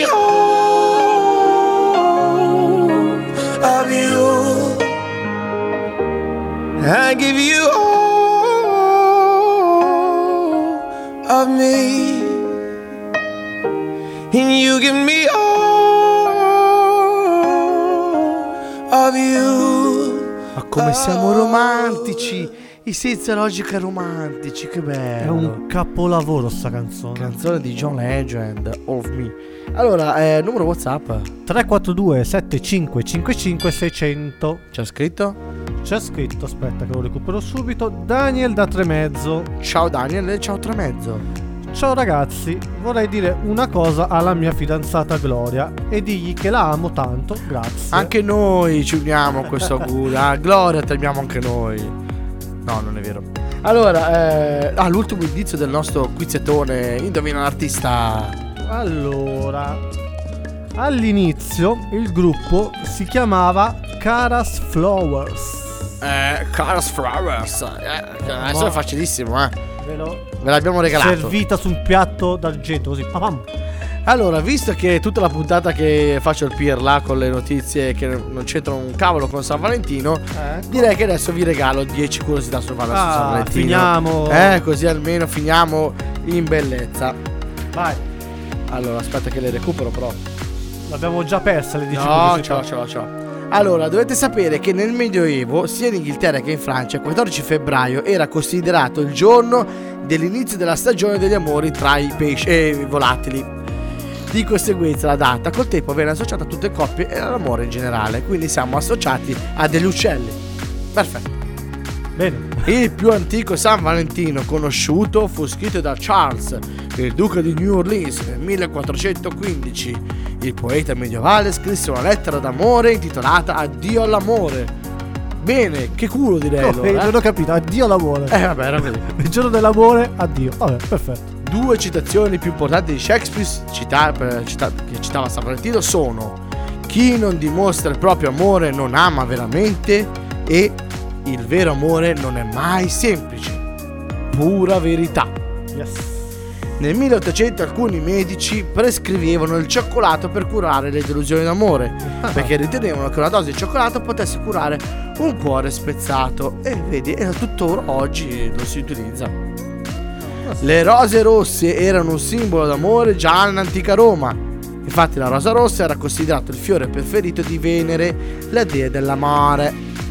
all of you. I give you all of me, and you give me all of you. Ma come siamo romantici! I senza logica romantici, che bello. È un capolavoro sta canzone. Canzone di John Legend, All of Me. Allora, eh, numero WhatsApp tre quattro due sette cinque cinque cinque sei zero zero. c'è scritto? C'è scritto, aspetta che lo recupero subito. Daniel da Tremezzo. Ciao Daniel e ciao Tremezzo. Ciao ragazzi, vorrei dire una cosa alla mia fidanzata Gloria e dirgli che la amo tanto, grazie. Anche noi ci uniamo a questo augurio. Ah, Gloria, ti amiamo anche noi. No, non è vero. Allora, eh, ah, l'ultimo indizio del nostro quizzettone. Indovina l'artista. Allora, all'inizio il gruppo si chiamava Caras Flowers. Eh, Caras Flowers. Eh, adesso Ma- è facilissimo, eh. Ve, lo- Ve l'abbiamo regalato. servita su un piatto d'argento così. Pam. Allora, visto che tutta la puntata che faccio il pirla con le notizie che non c'entrano un cavolo con San Valentino, Ecco. direi che adesso vi regalo dieci curiosità su San Ah, San Valentino. finiamo. Eh, così almeno finiamo in bellezza. Vai. Allora, aspetta che le recupero però. L'abbiamo già persa le dieci No, curiosità. ciao, ciao, ciao. Allora, dovete sapere che nel Medioevo, sia in Inghilterra che in Francia, il quattordici febbraio era considerato il giorno dell'inizio della stagione degli amori tra i pesci e i volatili. Di conseguenza la data col tempo viene associata a tutte le coppie e all'amore in generale, quindi siamo associati a degli uccelli. Perfetto. Bene. Il più antico San Valentino conosciuto fu scritto da Charles, il duca di New Orleans, nel millequattrocentoquindici. Il poeta medievale scrisse una lettera d'amore intitolata Addio all'amore. Bene, che culo direi Oh, allora, eh, eh? non ho capito, addio all'amore. Eh vabbè, era così. Il giorno dell'amore, addio. Vabbè, perfetto. Due citazioni più importanti di Shakespeare cita- per- cita- che citava San Valentino sono: chi non dimostra il proprio amore non ama veramente, e il vero amore non è mai semplice. Pura verità. Yes. Nel milleottocento alcuni medici prescrivevano il cioccolato per curare le delusioni d'amore, perché ritenevano che una dose di cioccolato potesse curare un cuore spezzato. E vedi, e tuttora oggi lo si utilizza. Le rose rosse erano un simbolo d'amore già nell'antica Roma. Infatti la rosa rossa era considerato il fiore preferito di Venere, la dea dell'amore.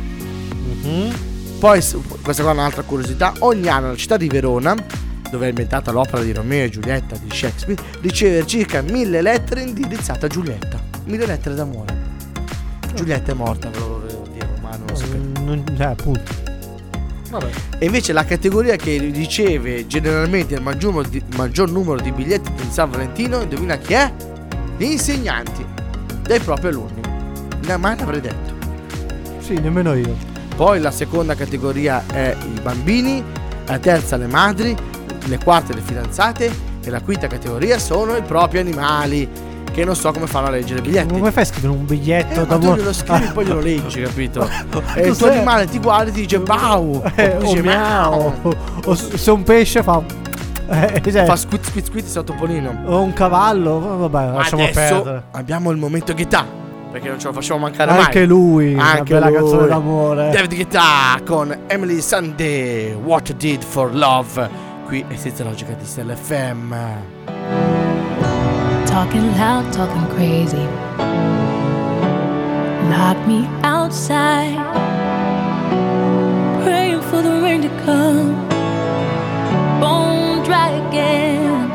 Mhm. Poi, s- questa qua è un'altra curiosità: ogni anno la città di Verona, dove è inventata l'opera di Romeo e Giulietta di Shakespeare, riceve circa mille lettere indirizzate a Giulietta. Mille lettere d'amore. Giulietta è morta, ve lo volevo dire, ma non lo sapete. Non- eh, appunto. Vabbè. E invece la categoria che riceve generalmente il maggior, numero di- maggior numero di biglietti di San Valentino, indovina chi è? Gli insegnanti dei propri alunni. Ne- Mai l'avrei detto. Sì, nemmeno io. Poi la seconda categoria è i bambini, la terza le madri, le quarte le fidanzate e la quinta categoria sono i propri animali, che non so come fanno a leggere i biglietti. Come fai a scrivere un biglietto Eh, ma tu d'amore? glielo scrivi poi glielo leggi, capito? E Tu il tuo sei- animale ti guarda e ti dice bau, Eh, oppure o dice miau. miau. O s- se un pesce fa eh, cioè, Fa squit squit squit sottopolino. o un cavallo, vabbè, lasciamo Adesso perdere. abbiamo il momento Guetta, perché non ce lo facciamo mancare Anche mai. lui, una Anche bella lui. canzone d'amore. David Guetta con Emily Sunday, What I Did for Love. Qui è Senza Logica di Stella F M. Talking loud, talking crazy. Lock me outside. Praying for the rain to come. Bone dry again.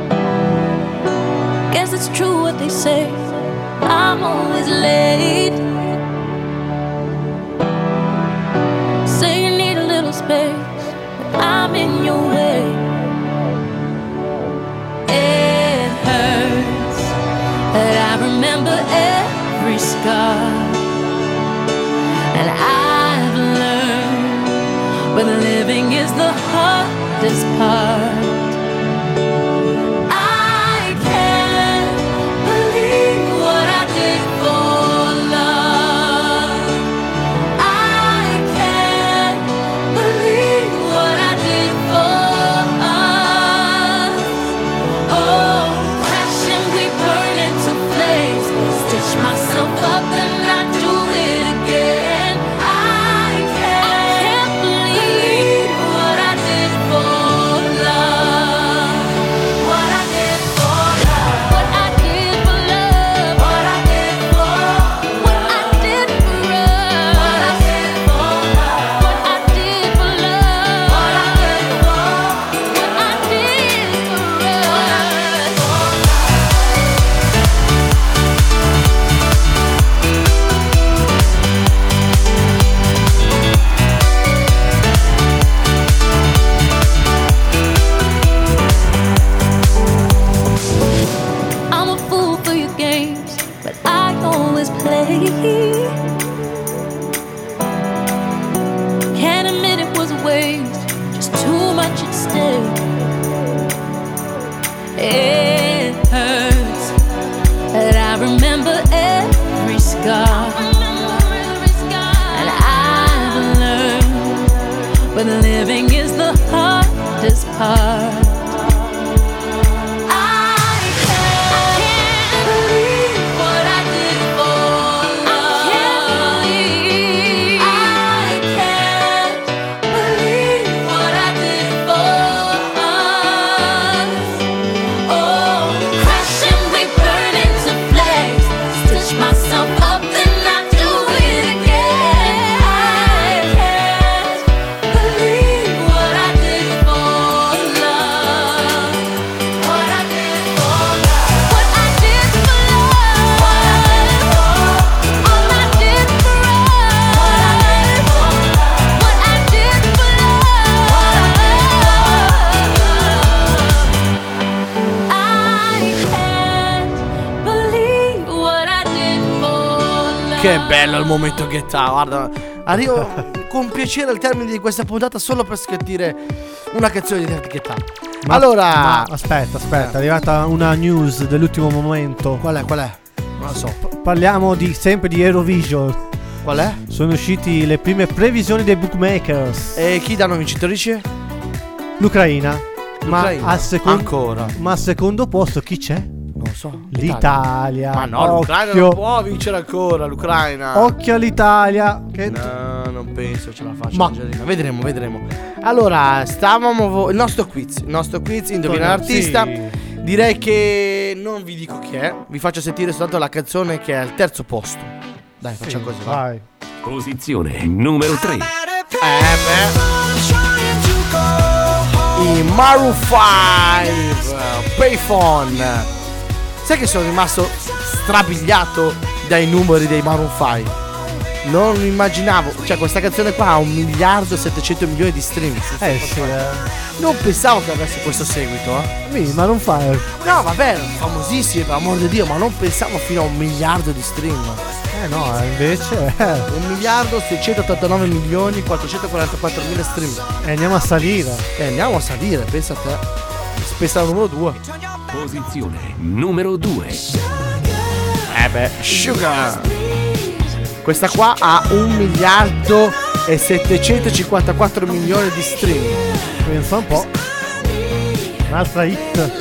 Guess it's true what they say. I'm always late. Say you need a little space. I'm in your way. when the living is the hardest part. I can't believe what I did for love. I can't believe what I did for us. Oh, crashing, we burn into flames. Stitch myself up and I do it again. I can't believe what I did for love. What I did for love. What I did for love. What I did for love. What I did for love. What I did for love. What I did for love. What I did for love. What I did for love. I'm a fool for your games, but I always play. Can't admit it was a waste, just too much at stake. It hurts, but I remember every scar. And I've learned, but living is the hardest part. I can't believe what I did for love. I can't believe what I did for us. Oh, crashing, we burn into flames. Stitch myself up and I do it again. I can't believe what I did for love. What I did for love. What I did for love. What I did for love. All I did for us. What I did for love. I can't believe what I did for love. Che bello il momento Ghetà, guarda. Arrivo con piacere al termine di questa puntata solo per sentire una canzone di Ghetà. Ma- Allora, ma aspetta, aspetta, è arrivata una news dell'ultimo momento. qual è? Qual è? Non lo so. Parliamo di sempre di Eurovision. Qual è? Sono usciti le prime previsioni dei bookmakers. E chi danno vincitrice? L'Ucraina. Ma L'Ucraina. al secondo Ancora. Ma al secondo posto chi c'è? Non lo so. L'Italia. Ma no, l'Ucraina Occhio. non può vincere ancora. L'Ucraina. Occhio all'Italia. Che No, non penso ce la faccia. Ma- Angelina. Vedremo, vedremo. Allora, stavamo. vo- il nostro quiz. Il nostro quiz, indovina l'artista. Sì. Direi che non vi dico chi è. Vi faccio sentire soltanto la canzone che è al terzo posto. Dai, facciamo così. va. Vai. Posizione numero tre. Eh beh. I Maroon cinque, Payphone. Sai che sono rimasto strabiliato dai numeri dei Maroon cinque? Non immaginavo, cioè questa canzone qua ha un miliardo e settecento milioni di streaming. Eh sì, eh. Non pensavo che avesse questo seguito, eh. Sì, ma non fai. No, vabbè, famosissimi, per amor di Dio, ma non pensavo fino a un miliardo di stream. Eh no, eh, invece. Eh. Un miliardo seicentottantanove milioni quattrocentoquarantaquattro mila stream. E andiamo a salire. E andiamo a salire, pensa a te. Spesa numero due. Posizione numero due. Eh beh, Sugar. Questa qua ha un miliardo e settecentocinquantaquattro milioni di stream. Pensa un po'. Un'altra hit.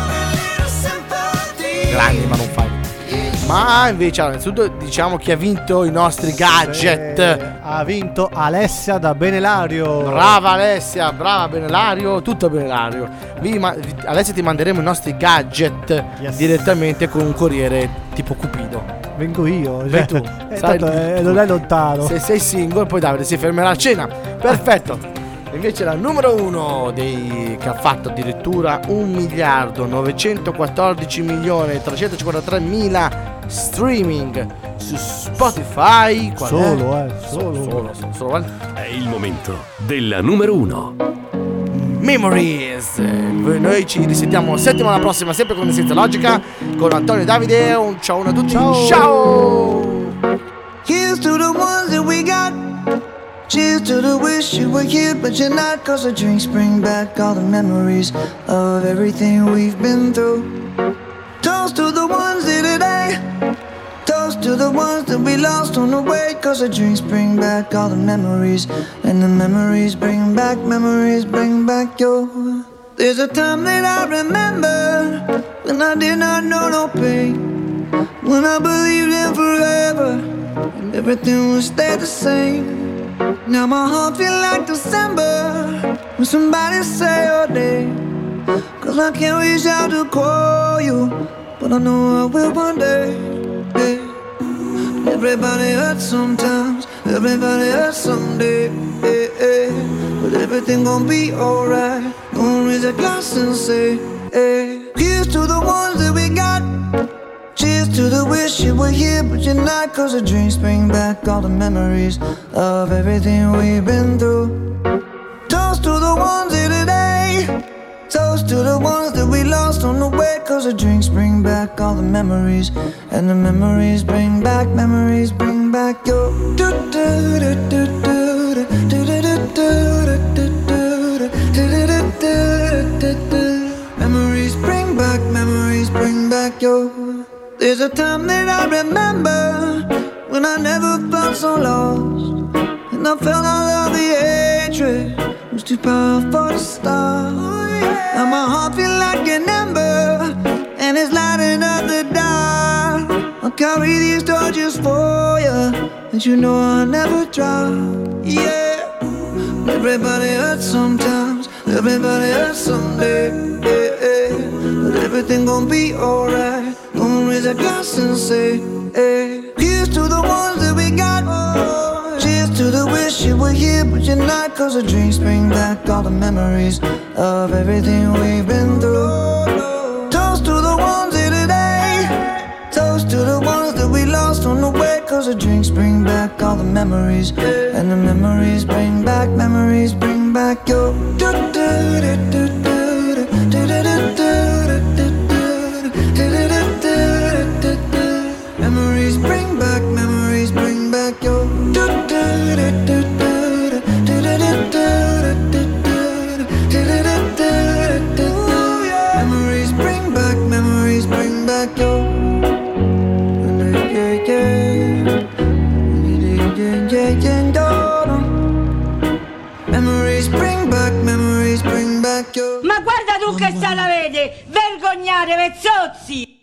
Grandi, ma non fai. Ma invece, allora, innanzitutto diciamo chi ha vinto i nostri gadget. Eh, ha vinto Alessia da Benelario. Brava Alessia, brava Benelario, tutto Benelario. Vi ma- vi- Alessia, ti manderemo i nostri gadget Yes. direttamente con un corriere tipo Cupido. Vengo io. Vai tu. Eh, Sai- tanto, eh, non è lontano. Se sei single, poi Davide si fermerà a cena. Perfetto. Invece la numero uno dei che ha fatto addirittura un miliardo novecentoquattordici milioni trecentocinquantatré mila streaming su Spotify. Qual Solo, è? eh, solo. Solo, solo, solo, guarda. È il momento della numero uno. Memories. Noi ci risentiamo settimana prossima, sempre con Senza Logica, con Antonio e Davide. Un ciao a tutti. Ciao. Ciao. Here's to the ones that we got. Cheers to the the wish you were here, but you're not. Cause the drinks bring back all the memories of everything we've been through. Toast to the ones here today. Toast to the ones that we lost on the way. Cause the drinks bring back all the memories. And the memories bring back, memories bring back your. There's a time that I remember when I did not know no pain, when I believed in forever and everything would stay the same. Now my heart feel like December when somebody say your name. Cause I can't reach out to call you, but I know I will one day. Yeah. Everybody hurts sometimes, everybody hurts someday. Yeah, yeah. But everything gon' be alright. Gonna raise a glass and say, hey. Here's to the ones that we got. Cheers to the wish you were here, but you're not. Cause the drinks bring back all the memories of everything we've been through. Toast to the ones here today. Toast to the ones that we lost on the way. Cause the drinks bring back all the memories. And the memories bring back, memories bring back your. Memories bring back, memories bring back your. There's a time that I remember when I never felt so lost, and I felt all of the hatred was too powerful to stop. Now my heart feel like an ember, and it's lighting up the dark. I'll carry these torches for you, and you know I'll never drop. Yeah. Everybody hurts sometimes, everybody hurts someday. Yeah, yeah. But everything gon' be alright. Gonna raise a glass and say, hey. Here's to the ones that we got. Cheers to the wish you were here, but you're not. Cause the drinks bring back all the memories of everything we've been through. Toast to the ones here today. Toast to the ones that we lost on the way. Cause the drinks bring back all the memories. And the memories bring back, memories bring back your. Memories bring back, memories bring back your. Memories bring back, memories bring back your. Yeah, yeah. Yeah, yeah, yeah. Memories bring back, memories bring back your. Ma guarda tu che se la vede! Vergognare, vezzozzi!